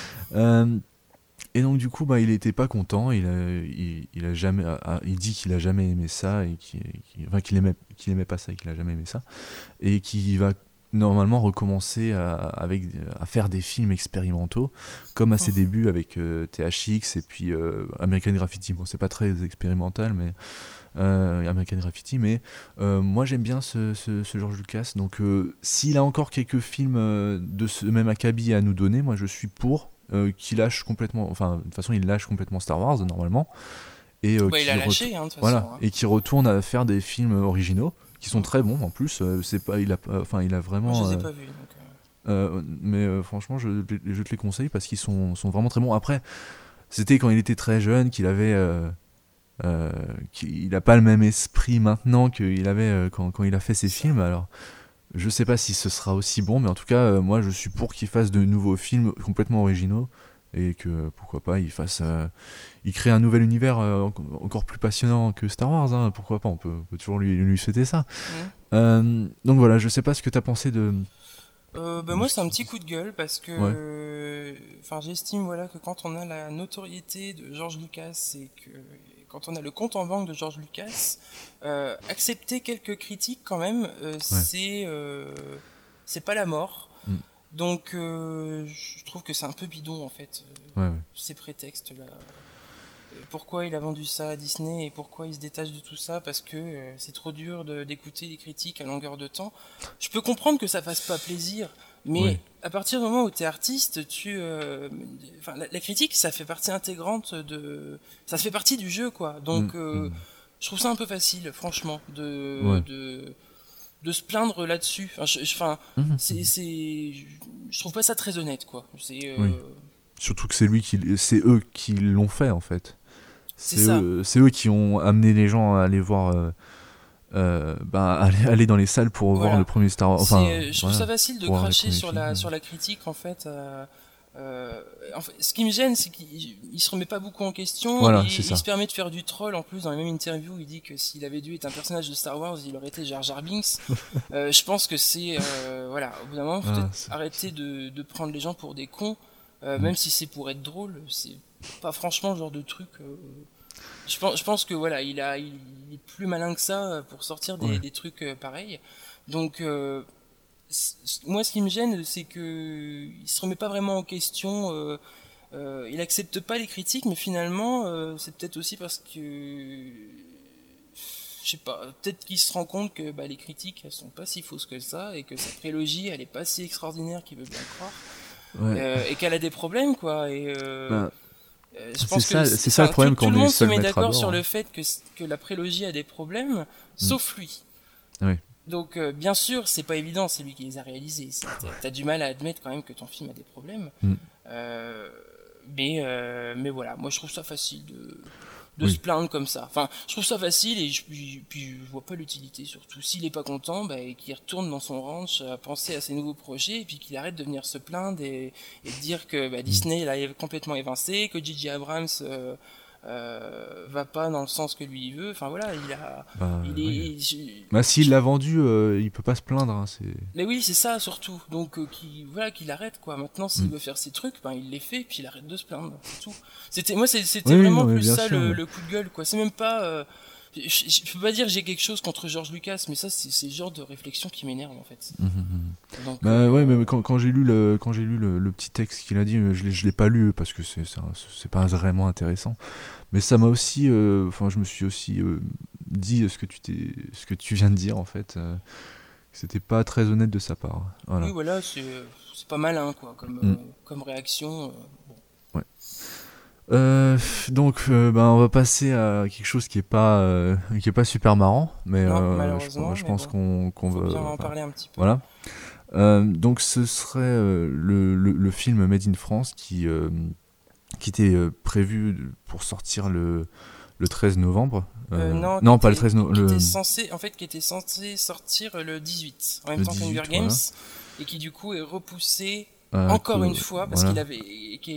Et donc du coup il était pas content, il dit qu'il a jamais aimé ça et qu'il aimait pas ça et qu'il a jamais aimé ça et qu'il va normalement recommencer à faire des films expérimentaux comme à ses débuts avec THX et puis American Graffiti. Bon, c'est pas très expérimental, mais American Graffiti, mais moi j'aime bien ce George Lucas, donc s'il a encore quelques films de ce même acabit à nous donner, moi je suis pour qu'il lâche complètement, enfin de toute façon il lâche complètement Star Wars normalement, et il a lâché de toute façon, voilà, et qui retourne à faire des films originaux qui sont très bons en plus. Il a vraiment. Moi, je les ai pas vus. Mais franchement, je te les conseille parce qu'ils sont vraiment très bons. Après, c'était quand il était très jeune qu'il avait. Qu'il n'a pas le même esprit maintenant qu'il avait quand il a fait ses films. Alors, je sais pas si ce sera aussi bon, mais en tout cas, moi, je suis pour qu'il fasse de nouveaux films complètement originaux et que pourquoi pas il crée un nouvel univers encore plus passionnant que Star Wars, hein, pourquoi pas, on peut toujours lui souhaiter ça. Donc voilà, je sais pas ce que t'as pensé de moi c'est un petit coup de gueule parce que j'estime que quand on a la notoriété de George Lucas et que quand on a le compte en banque de George Lucas, accepter quelques critiques quand même, c'est pas la mort. Donc je trouve que c'est un peu bidon en fait, ces prétextes là. Pourquoi il a vendu ça à Disney et pourquoi il se détache de tout ça, parce que c'est trop dur d'écouter les critiques à longueur de temps. Je peux comprendre que ça fasse pas plaisir, mais à partir du moment où tu es artiste, la critique ça fait partie intégrante ça fait partie du jeu quoi. Donc je trouve ça un peu facile franchement de se plaindre là-dessus. Je trouve pas ça très honnête quoi. Surtout que c'est eux qui l'ont fait en fait. C'est eux qui ont amené les gens à aller voir, aller dans les salles pour voir le premier Star Wars. Je trouve ça facile de cracher sur la critique en fait. En fait, ce qui me gêne, c'est qu'il se remet pas beaucoup en question. Voilà, il c'est ça. se permet de faire du troll. En plus, dans la même interview, il dit que s'il avait dû être un personnage de Star Wars, il aurait été Jar Jar Binks. Je pense que c'est voilà. Au bout d'un moment, faut peut-être arrêter de prendre les gens pour des cons, même si c'est pour être drôle. C'est pas franchement le genre de truc. Je pense que voilà, il est plus malin que ça pour sortir des trucs pareils. Donc moi, ce qui me gêne, c'est que il se remet pas vraiment en question. Il accepte pas les critiques, mais finalement, c'est peut-être aussi parce que, je sais pas, peut-être qu'il se rend compte que les critiques, elles sont pas si fausses que ça, et que sa prélogie, elle est pas si extraordinaire qu'il veut bien le croire, et qu'elle a des problèmes, quoi. Et je pense que c'est ça le problème quand tout le on est monde se seul met maître à d'accord bord. sur le fait que la prélogie a des problèmes, sauf lui. Oui. Donc bien sûr, c'est pas évident, c'est lui qui les a réalisés. T'as du mal à admettre quand même que ton film a des problèmes. Mais voilà, moi je trouve ça facile de se plaindre comme ça. Enfin, je trouve ça facile et puis je vois pas l'utilité surtout. S'il est pas content, qu'il retourne dans son ranch à penser à ses nouveaux projets et puis qu'il arrête de venir se plaindre et dire que Disney l'a complètement évincé, que J.J. Abrams va pas dans le sens que lui il veut. Enfin voilà, s'il l'a vendu, il peut pas se plaindre. Hein, mais oui, c'est ça surtout. Donc qu'il arrête quoi. Maintenant, s'il veut faire ses trucs, il les fait, puis il arrête de se plaindre. C'est tout. C'était vraiment plus ça le coup de gueule quoi. C'est même pas. Je peux pas dire que j'ai quelque chose contre George Lucas, mais ça c'est le genre de réflexion qui m'énerve en fait. Donc, mais quand j'ai lu le petit texte qu'il a dit, je l'ai pas lu parce que c'est pas vraiment intéressant. Mais ça m'a aussi, je me suis aussi dit ce que tu viens de dire en fait. C'était pas très honnête de sa part. Voilà. Oui, voilà, c'est pas malin quoi, comme réaction. Bon. Ouais. Donc, on va passer à quelque chose qui est pas super marrant, mais je pense qu'on va bien en parler un petit peu. Voilà. Donc, ce serait le film Made in France qui était prévu pour sortir le 13 novembre. Non, pas le 13 novembre. Qui était censé sortir le 18, en même temps qu'Hunger Games, et qui du coup est repoussé encore une fois, parce qu'il avait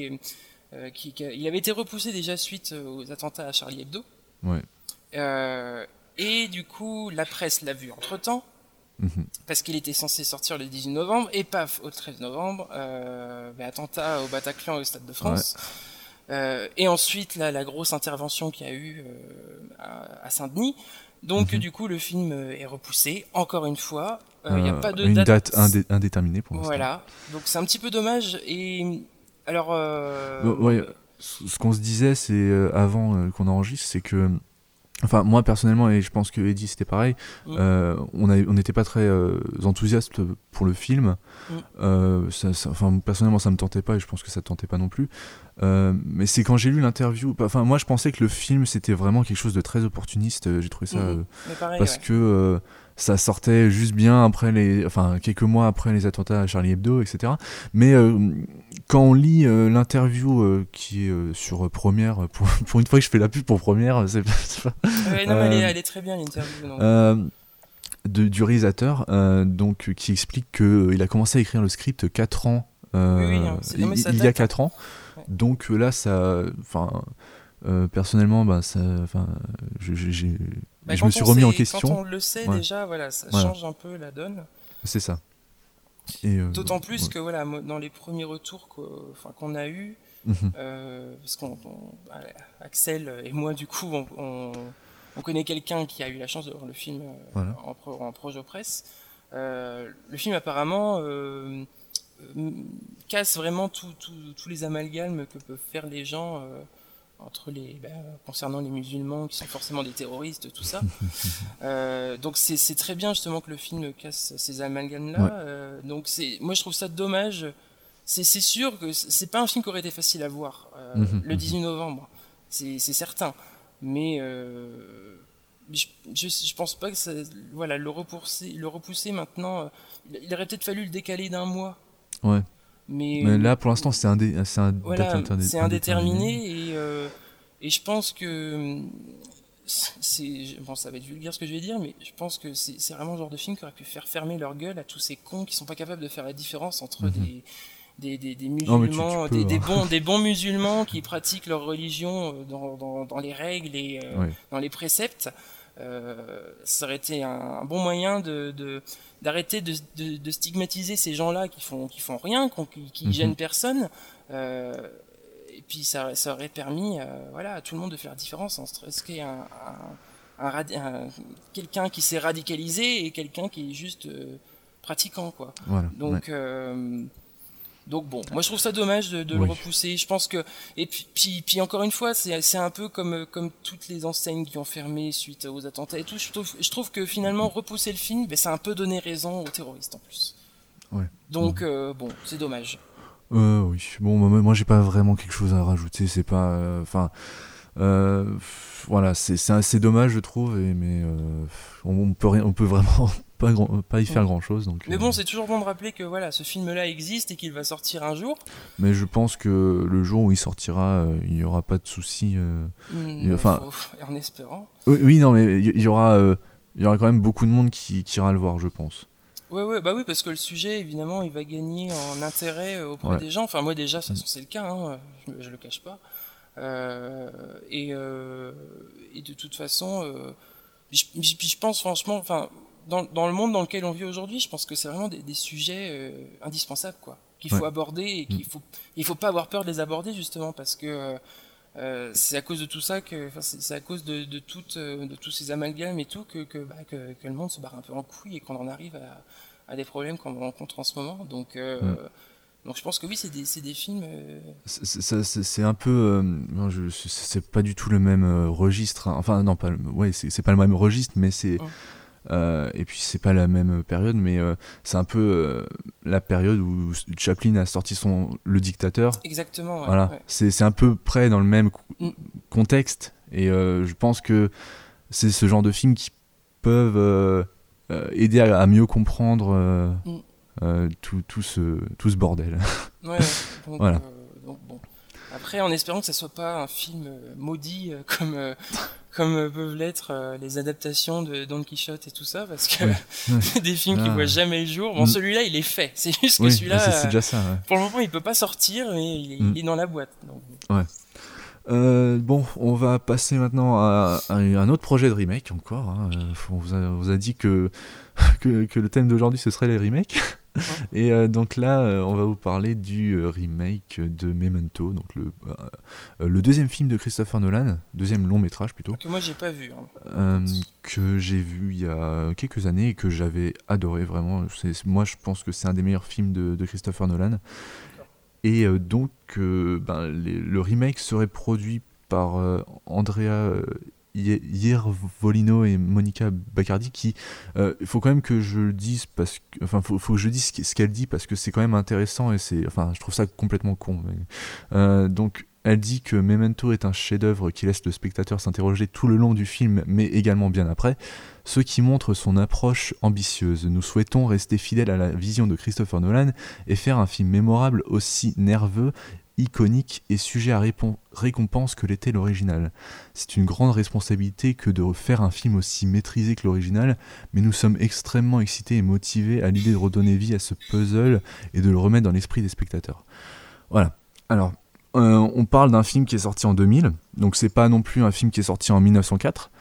été repoussé déjà suite aux attentats à Charlie Hebdo. Ouais. Et du coup, la presse l'a vu entre-temps, parce qu'il était censé sortir le 18 novembre, et paf, au 13 novembre, attentat au Bataclan et au Stade de France. Ouais. Et ensuite, la grosse intervention qu'il y a eu à Saint-Denis. Donc, du coup, le film est repoussé, encore une fois. Il n'y a pas de date indéterminée pour l'instant. Voilà. Donc, c'est un petit peu dommage. Et alors... ce qu'on se disait, c'est avant qu'on enregistre, c'est que... Enfin, moi personnellement, et je pense que Eddie c'était pareil, on n'était pas très enthousiaste pour le film. Personnellement, ça me tentait pas et je pense que ça te tentait pas non plus. Mais c'est quand j'ai lu l'interview. Moi, je pensais que le film c'était vraiment quelque chose de très opportuniste. J'ai trouvé ça parce que ça sortait juste bien après quelques mois après les attentats à Charlie Hebdo, etc. Mais quand on lit l'interview qui est sur Première, pour une fois que je fais la pub pour Première, c'est pas... elle est très bien l'interview. Du réalisateur, qui explique qu'il a commencé à écrire le script 4 ans, il y a 4 ans. Ouais. Donc là, ça... personnellement, je me suis remis en question. Quand on le sait déjà, ça change un peu la donne. C'est ça. D'autant plus que dans les premiers retours qu'on a eu, parce Axel et moi du coup on connaît quelqu'un qui a eu la chance de voir le film en projet presse. Le film apparemment casse vraiment tous les amalgames que peuvent faire les gens entre concernant les musulmans qui sont forcément des terroristes, tout ça. Donc c'est très bien justement que le film casse ces amalgames-là. Donc moi je trouve ça dommage. C'est sûr que c'est pas un film qui aurait été facile à voir le 18 novembre, c'est certain. Mais je pense pas que ça, le repousser maintenant. Il aurait peut-être fallu le décaler d'1 mois. Ouais. Mais là pour l'instant c'est indéterminé et je pense que ça va être vulgaire ce que je vais dire, mais je pense que c'est vraiment le genre de film qui aurait pu faire fermer leur gueule à tous ces cons qui sont pas capables de faire la différence entre des musulmans, des bons musulmans qui pratiquent leur religion dans les règles et dans les préceptes. Ça aurait été un bon moyen d'arrêter de stigmatiser ces gens-là qui font rien, qui gênent personne. Et puis ça aurait permis à tout le monde de faire la différence entre ce qu'est quelqu'un qui s'est radicalisé et quelqu'un qui est juste pratiquant, quoi. Voilà, donc bon, moi je trouve ça dommage de le repousser. Je pense que et puis encore une fois, c'est un peu comme toutes les enseignes qui ont fermé suite aux attentats et tout. Je trouve que finalement repousser le film, ça a un peu donné raison aux terroristes en plus. Ouais. Donc bon, c'est dommage. Oui. Bon, moi j'ai pas vraiment quelque chose à rajouter. C'est pas, voilà, c'est dommage, je trouve. Mais on peut vraiment pas y faire grand chose. Donc, mais bon, c'est toujours bon de rappeler que voilà, ce film-là existe et qu'il va sortir un jour. Mais je pense que le jour où il sortira, il y aura pas de souci. En espérant. Oui, non, mais il y aura quand même beaucoup de monde qui ira le voir, je pense. Ouais, bah oui, parce que le sujet, évidemment, il va gagner en intérêt auprès des gens. Enfin, moi déjà, de toute façon, c'est le cas, hein, je le cache pas. Et de toute façon, je pense franchement, enfin, dans le monde dans lequel on vit aujourd'hui, je pense que c'est vraiment des sujets indispensables, quoi, qu'il faut aborder et il faut pas avoir peur de les aborder, justement, parce que c'est à cause de tout ça c'est à cause de tous ces amalgames et tout que le monde se barre un peu en couille et qu'on en arrive à des problèmes qu'on rencontre en ce moment. Donc je pense que oui, c'est des films. C'est un peu, c'est pas du tout le même registre. Hein. Enfin non, c'est pas le même registre, mais c'est. Et puis c'est pas la même période, mais c'est un peu la période où Chaplin a sorti Le Dictateur. Exactement. Ouais, voilà, ouais. C'est un peu près dans le même contexte, et je pense que c'est ce genre de films qui peuvent aider à mieux comprendre tout ce bordel. Ouais, donc, voilà. Donc bon. Après, en espérant que ça soit pas un film maudit comme peuvent l'être les adaptations de Don Quichotte et tout ça, parce que des films qui voient jamais le jour. Bon, celui-là, il est fait. C'est juste que celui-là, c'est déjà ça. Ouais. Pour le moment, il peut pas sortir, mais il est dans la boîte. Donc. Ouais. Bon, on va passer maintenant à un autre projet de remake encore. Hein. On vous a dit que le thème d'aujourd'hui ce serait les remakes. Et donc là, on va vous parler du remake de Memento, donc le deuxième film de Christopher Nolan, deuxième long métrage plutôt. Que moi j'ai pas vu. Que j'ai vu il y a quelques années et que j'avais adoré vraiment. Moi je pense que c'est un des meilleurs films de Christopher Nolan. Et donc le remake serait produit par Andrea Iervolino et Monica Baccardi, qui il faut quand même que je le dise, parce que faut que je dise ce qu'elle dit, parce que c'est quand même intéressant, et je trouve ça complètement con, mais, donc elle dit que Memento est un chef-d'œuvre qui laisse le spectateur s'interroger tout le long du film, mais également bien après, ce qui montre son approche ambitieuse. Nous souhaitons rester fidèles à la vision de Christopher Nolan et faire un film mémorable aussi nerveux, iconique et sujet à récompense que l'était l'original. C'est une grande responsabilité que de faire un film aussi maîtrisé que l'original, mais nous sommes extrêmement excités et motivés à l'idée de redonner vie à ce puzzle et de le remettre dans l'esprit des spectateurs. Voilà. Alors, on parle d'un film qui est sorti en 2000, donc c'est pas non plus un film qui est sorti en 1904.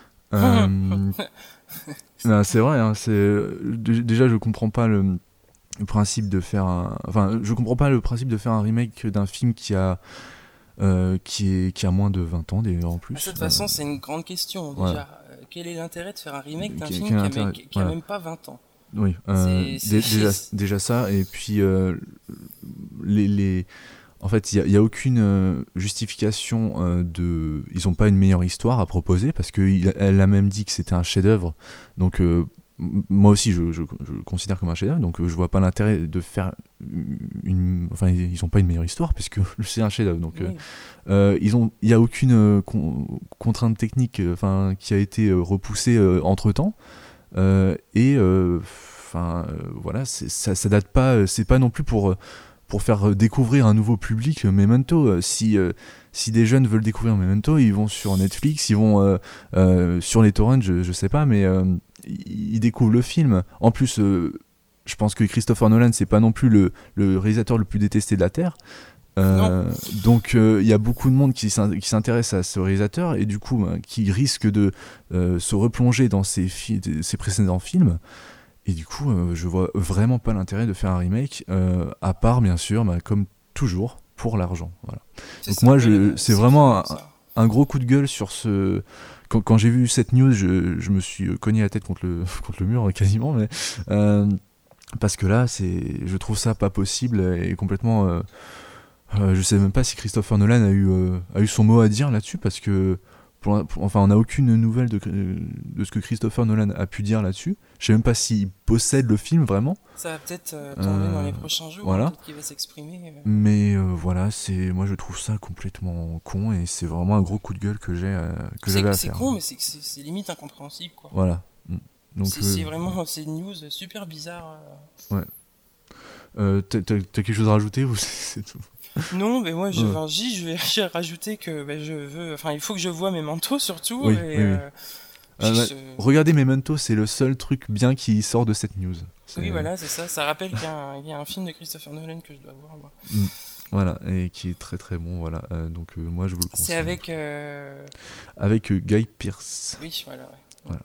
C'est vrai, hein, déjà je comprends pas le principe de faire je comprends pas le principe de faire un remake d'un film qui a moins de 20 ans en plus. De toute façon, c'est une grande question déjà. Ouais. Quel est l'intérêt de faire un remake d'un film qui a même pas 20 ans? Oui, déjà ça, et puis en fait, il n'y a aucune justification ils n'ont pas une meilleure histoire à proposer, parce qu'elle a même dit que c'était un chef-d'œuvre, donc moi aussi je le considère comme un chef-d'œuvre, donc je vois pas l'intérêt de faire ils n'ont pas une meilleure histoire, puisque c'est un chef-d'œuvre, donc il n'y a aucune contrainte technique qui a été repoussée entre-temps, voilà, ça date pas, c'est pas non plus pour faire découvrir un nouveau public Memento. Si des jeunes veulent découvrir Memento, ils vont sur Netflix, ils vont sur les torrents, je sais pas, mais ils découvrent le film. En plus, je pense que Christopher Nolan, c'est pas non plus le réalisateur le plus détesté de la Terre. Donc il y a beaucoup de monde qui s'intéresse à ce réalisateur et du coup qui risque de se replonger dans ses précédents films. Et du coup, je vois vraiment pas l'intérêt de faire un remake, à part bien sûr, comme toujours, pour l'argent. Voilà. Donc moi, c'est vraiment un gros coup de gueule sur ce. Quand j'ai vu cette news, je me suis cogné la tête contre le mur quasiment, mais parce que là, je trouve ça pas possible et complètement. Je sais même pas si Christopher Nolan a eu son mot à dire là-dessus parce que enfin on n'a aucune nouvelle de ce que Christopher Nolan a pu dire là-dessus. Je sais même pas s'il possède le film vraiment. Ça va peut-être tomber dans les prochains jours, voilà. Peut-être qu'il va s'exprimer. Mais voilà, moi je trouve ça complètement con et c'est vraiment un gros coup de gueule que j'avais à faire. C'est con, mais c'est limite incompréhensible, quoi. Voilà. Donc c'est vraiment une news super bizarre. Ouais. T'as quelque chose à rajouter ou c'est tout? Non, mais moi, je vais rajouter que il faut que je voie Memento surtout. Oui, et, oui. Regardez Memento, c'est le seul truc bien qui sort de cette news. Oui, voilà, c'est ça. Ça rappelle qu'il y a un film de Christopher Nolan que je dois voir, moi. Voilà, et qui est très très bon. Voilà. Donc moi, je vous le conseille. C'est avec Guy Pearce. Oui, voilà. Ouais. Voilà.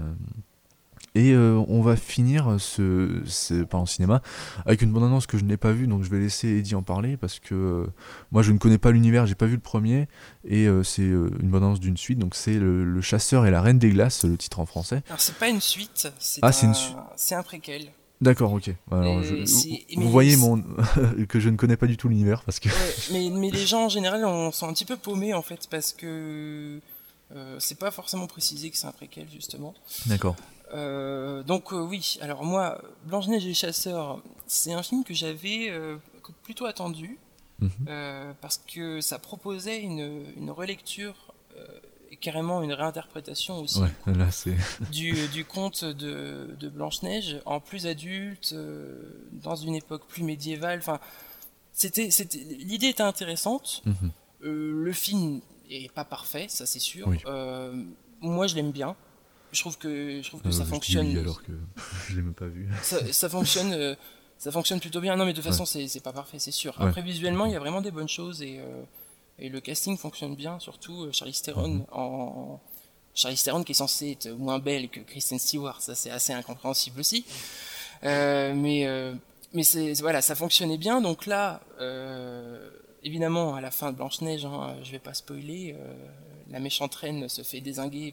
Et on va finir pas en cinéma avec une bande-annonce que je n'ai pas vue, donc je vais laisser Eddie en parler parce que moi je ne connais pas l'univers, j'ai pas vu le premier et c'est une bande-annonce d'une suite, donc c'est le chasseur et la reine des glaces, le titre en français. Alors c'est pas une suite, c'est un préquel. D'accord, ok. Alors, vous voyez que je ne connais pas du tout l'univers parce que. Ouais, mais les gens en général sont un petit peu paumés en fait parce que c'est pas forcément précisé que c'est un préquel justement. D'accord. Donc oui, alors moi, Blanche-Neige et les chasseurs, c'est un film que j'avais plutôt attendu, parce que ça proposait une relecture et carrément une réinterprétation aussi là, c'est... du conte de Blanche-Neige en plus adulte, dans une époque plus médiévale. Enfin, l'idée était intéressante. Le film est pas parfait, ça c'est sûr. Oui. Moi je l'aime bien. Je trouve que ça fonctionne. Oui, alors que je l'ai même pas vu. Ça fonctionne plutôt bien. Non, mais de toute façon, c'est pas parfait, c'est sûr. Après, visuellement, il y a vraiment des bonnes choses et le casting fonctionne bien, surtout Charlize Theron Charlize Theron qui est censée être moins belle que Kristen Stewart, ça c'est assez incompréhensible aussi. Mais voilà, ça fonctionnait bien. Donc là, évidemment, à la fin de Blanche-Neige, je vais pas spoiler, la méchante reine se fait dézinguer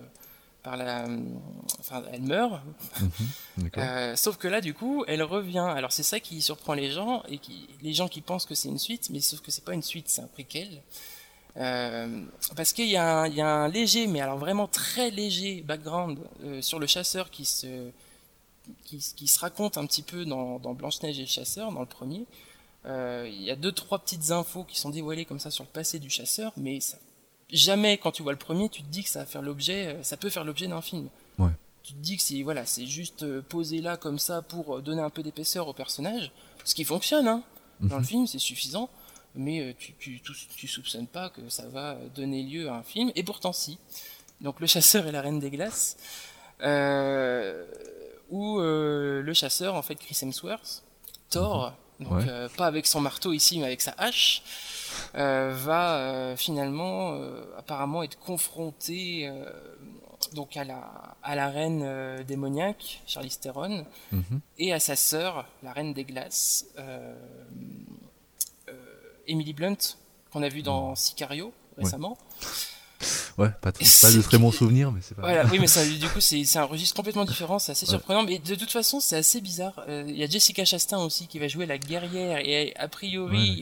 elle meurt. Sauf que là, du coup, elle revient. Alors c'est ça qui surprend les gens et les gens qui pensent que c'est une suite, mais sauf que c'est pas une suite, c'est un préquel. Parce qu'il y a un léger, mais alors vraiment très léger background sur le chasseur qui se raconte un petit peu dans Blanche-Neige et le chasseur, dans le premier. Il y a 2-3 petites infos qui sont dévoilées comme ça sur le passé du chasseur, mais jamais quand tu vois le premier, tu te dis que ça peut faire l'objet d'un film. Ouais. Tu te dis que c'est juste posé là comme ça pour donner un peu d'épaisseur au personnage, ce qui fonctionne, dans le film, c'est suffisant. Mais tu soupçonnes pas que ça va donner lieu à un film, et pourtant si. Donc le chasseur et la reine des glaces, où le chasseur, en fait, Chris Hemsworth, Thor, donc pas avec son marteau ici, mais avec sa hache, va finalement apparemment être confronté donc à la reine démoniaque, Charlize Theron, et à sa sœur, la reine des glaces, Emily Blunt, qu'on a vu dans Sicario récemment. Ouais, pas de très bons souvenirs, mais c'est pas... Voilà, oui, mais du coup, c'est un registre complètement différent, c'est assez surprenant, mais de toute façon, c'est assez bizarre. Il y a Jessica Chastain aussi qui va jouer la guerrière, et a priori,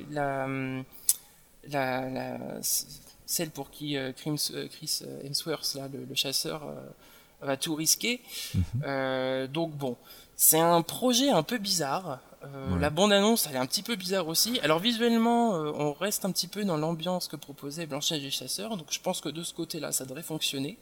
celle pour qui Chris Hemsworth, là, le chasseur, va tout risquer. Donc bon, c'est un projet un peu bizarre. La bande-annonce, elle est un petit peu bizarre aussi. Alors visuellement, on reste un petit peu dans l'ambiance que proposait Blanche-Neige et les chasseurs, donc je pense que de ce côté-là, ça devrait fonctionner.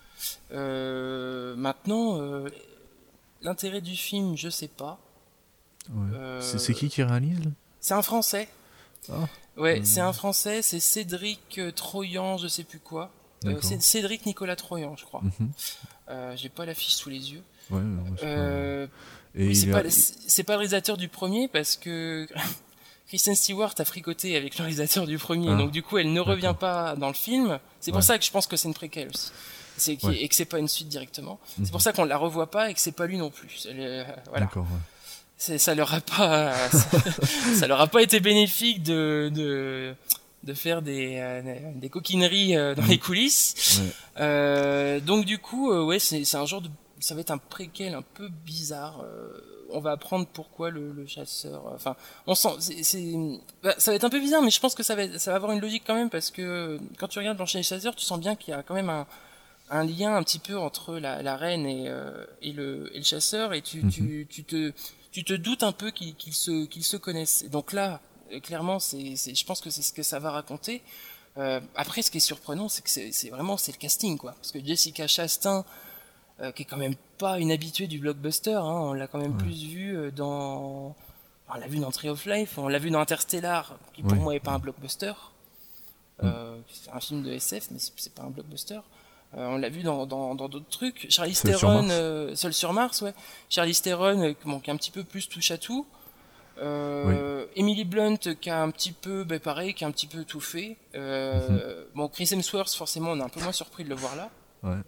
Maintenant, l'intérêt du film, je sais pas. C'est qui réalise là ? C'est un Français. Ah. Ouais, c'est un Français, c'est Cédric Troyan, je sais plus quoi. C'est Cédric Nicolas Troyan, je crois. J'ai pas l'affiche sous les yeux. C'est pas le réalisateur du premier parce que Kristen Stewart a fricoté avec le réalisateur du premier, donc du coup elle ne revient pas dans le film. C'est pour ça que je pense que c'est une préquelle aussi. Et que c'est pas une suite directement. C'est pour ça qu'on la revoit pas et que c'est pas lui non plus. Voilà. Ça leur a pas été bénéfique de faire des coquineries dans les coulisses. Donc du coup c'est un genre de, ça va être un préquel un peu bizarre. On va apprendre pourquoi le chasseur, enfin on sent ça va être un peu bizarre, mais je pense que ça va avoir une logique quand même, parce que quand tu regardes Blanche et les chasseurs, tu sens bien qu'il y a quand même un lien un petit peu entre la reine et le chasseur, et tu te doutes un peu qu'ils se connaissent. Et donc là, clairement, je pense que c'est ce que ça va raconter. Après, ce qui est surprenant, c'est que c'est le casting, quoi. Parce que Jessica Chastain, qui est quand même pas une habituée du blockbuster, hein, on l'a quand même plus vue on l'a vu dans Tree of Life, on l'a vu dans Interstellar, qui pour moi est pas un blockbuster. C'est un film de SF, mais c'est pas un blockbuster. On l'a vu dans d'autres trucs. Charlize Theron, Seul sur Mars, Charlize Theron, qui est un petit peu plus touche à tout. Emily Blunt, qui a un petit peu, pareil, qui a un petit peu tout fait. Chris Hemsworth, forcément, on est un peu moins surpris de le voir là.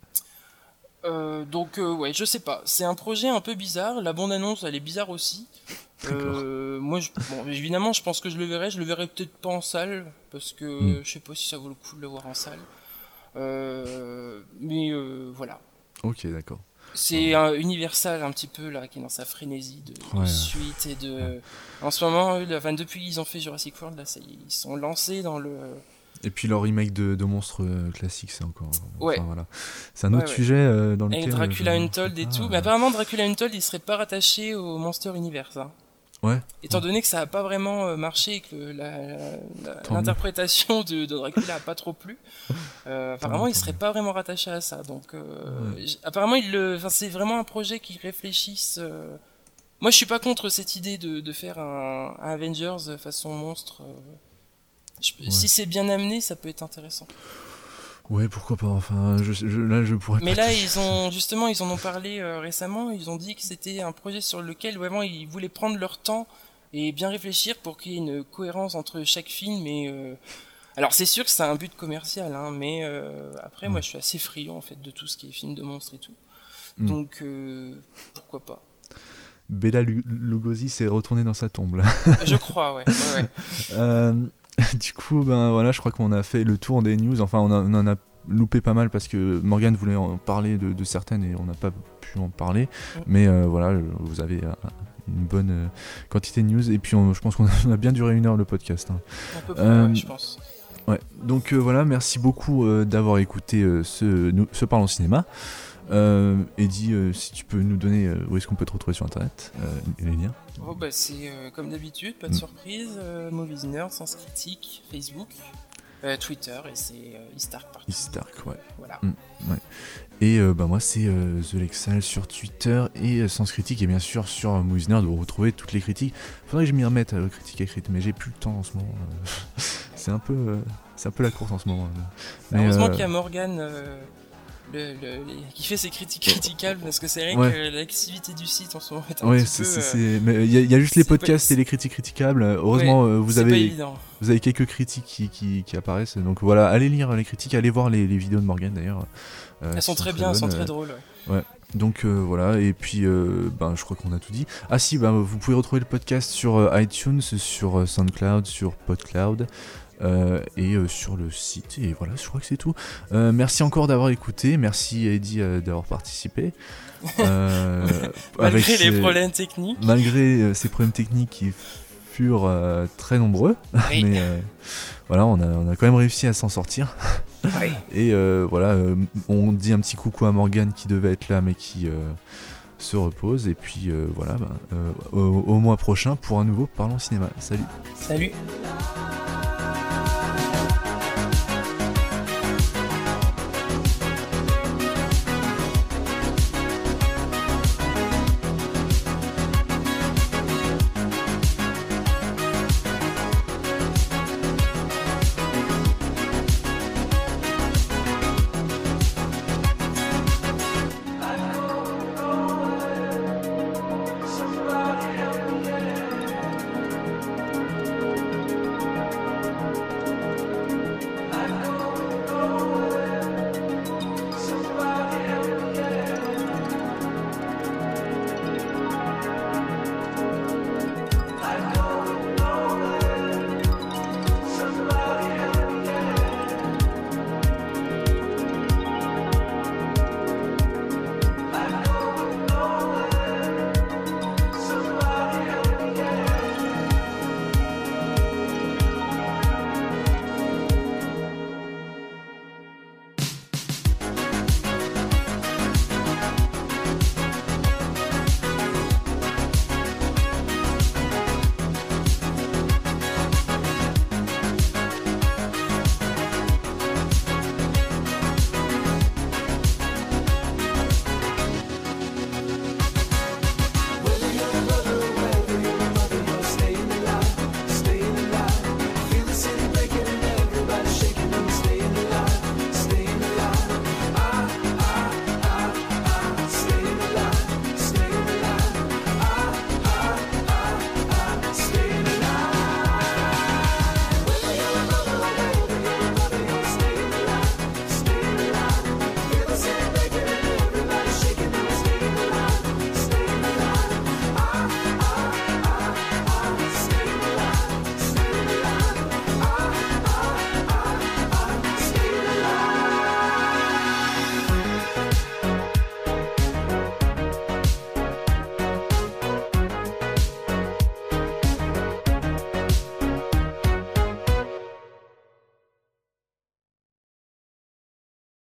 Donc je sais pas. C'est un projet un peu bizarre. La bande-annonce, elle est bizarre aussi. Moi, évidemment, je pense que je le verrai. Je le verrai peut-être pas en salle, parce que je sais pas si ça vaut le coup de le voir en salle. Mais voilà. Ok, d'accord. C'est Universal un petit peu là, qui est dans sa frénésie de suite et de. En ce moment, depuis qu'ils ont fait Jurassic World, là, ils sont lancés dans le. Et puis leur remake de monstres classiques, c'est encore. Voilà. C'est un autre sujet dans lequel. Et Dracula Untold et tout. Mais apparemment, Dracula Untold, il serait pas rattaché au Monster Universe. Hein. Étant donné que ça a pas vraiment marché et que l'interprétation de Dracula a pas trop plu, apparemment il serait pas vraiment rattaché à ça. Donc apparemment c'est vraiment un projet qui réfléchisse. Moi je suis pas contre cette idée de faire un Avengers façon monstre. Si c'est bien amené, ça peut être intéressant. Ouais, pourquoi pas. Enfin, là, je pourrais. Mais là, ils en ont parlé récemment. Ils ont dit que c'était un projet sur lequel vraiment ils voulaient prendre leur temps et bien réfléchir pour qu'il y ait une cohérence entre chaque film. Et alors, c'est sûr que c'est un but commercial, hein, mais après, moi, je suis assez friand en fait de tout ce qui est film de monstres et tout. Donc, pourquoi pas. Bela Lugosi s'est retourné dans sa tombe là. Je crois, ouais. Du coup, je crois qu'on a fait le tour des news. Enfin, on en a loupé pas mal parce que Morgane voulait en parler de certaines et on n'a pas pu en parler. Mais vous avez une bonne quantité de news. Et puis, je pense qu'on a bien duré 1 heure le podcast. Hein. À peu près, je pense. Donc merci beaucoup d'avoir écouté ce Parlons Cinéma. Eddie, si tu peux nous donner où est-ce qu'on peut te retrouver sur internet, les liens. C'est comme d'habitude, pas de surprise, Movies Nerd, Sens Critique, Facebook, Twitter, et c'est Eastark partout. Eastark, Voilà. Et moi c'est The Lexal sur Twitter et Sens Critique, et bien sûr sur Movies Nerd vous retrouvez toutes les critiques. Faudrait que je m'y remette à critiques écrites, mais j'ai plus le temps en ce moment. C'est un peu la course en ce moment. Heureusement qu'il y a Morgane qui fait ses critiques critiquables, parce que c'est vrai que l'activité du site en ce moment est un petit peu... Mais il y a juste les podcasts et les critiques critiquables. Heureusement, vous avez quelques critiques qui apparaissent. Donc voilà, allez lire les critiques, allez voir les vidéos de Morgane d'ailleurs. Elles sont très bien, elles sont très drôles. Donc voilà, et puis je crois qu'on a tout dit. Ah si, vous pouvez retrouver le podcast sur iTunes, sur SoundCloud, sur PodCloud. Et sur le site, et voilà, je crois que c'est tout. Merci encore d'avoir écouté, merci Eddie d'avoir participé. Malgré les problèmes techniques. Malgré ces problèmes techniques qui furent très nombreux, mais voilà, on a quand même réussi à s'en sortir. Et on dit un petit coucou à Morgane qui devait être là mais qui se repose, et puis au mois prochain pour un nouveau Parlons Cinéma. Salut.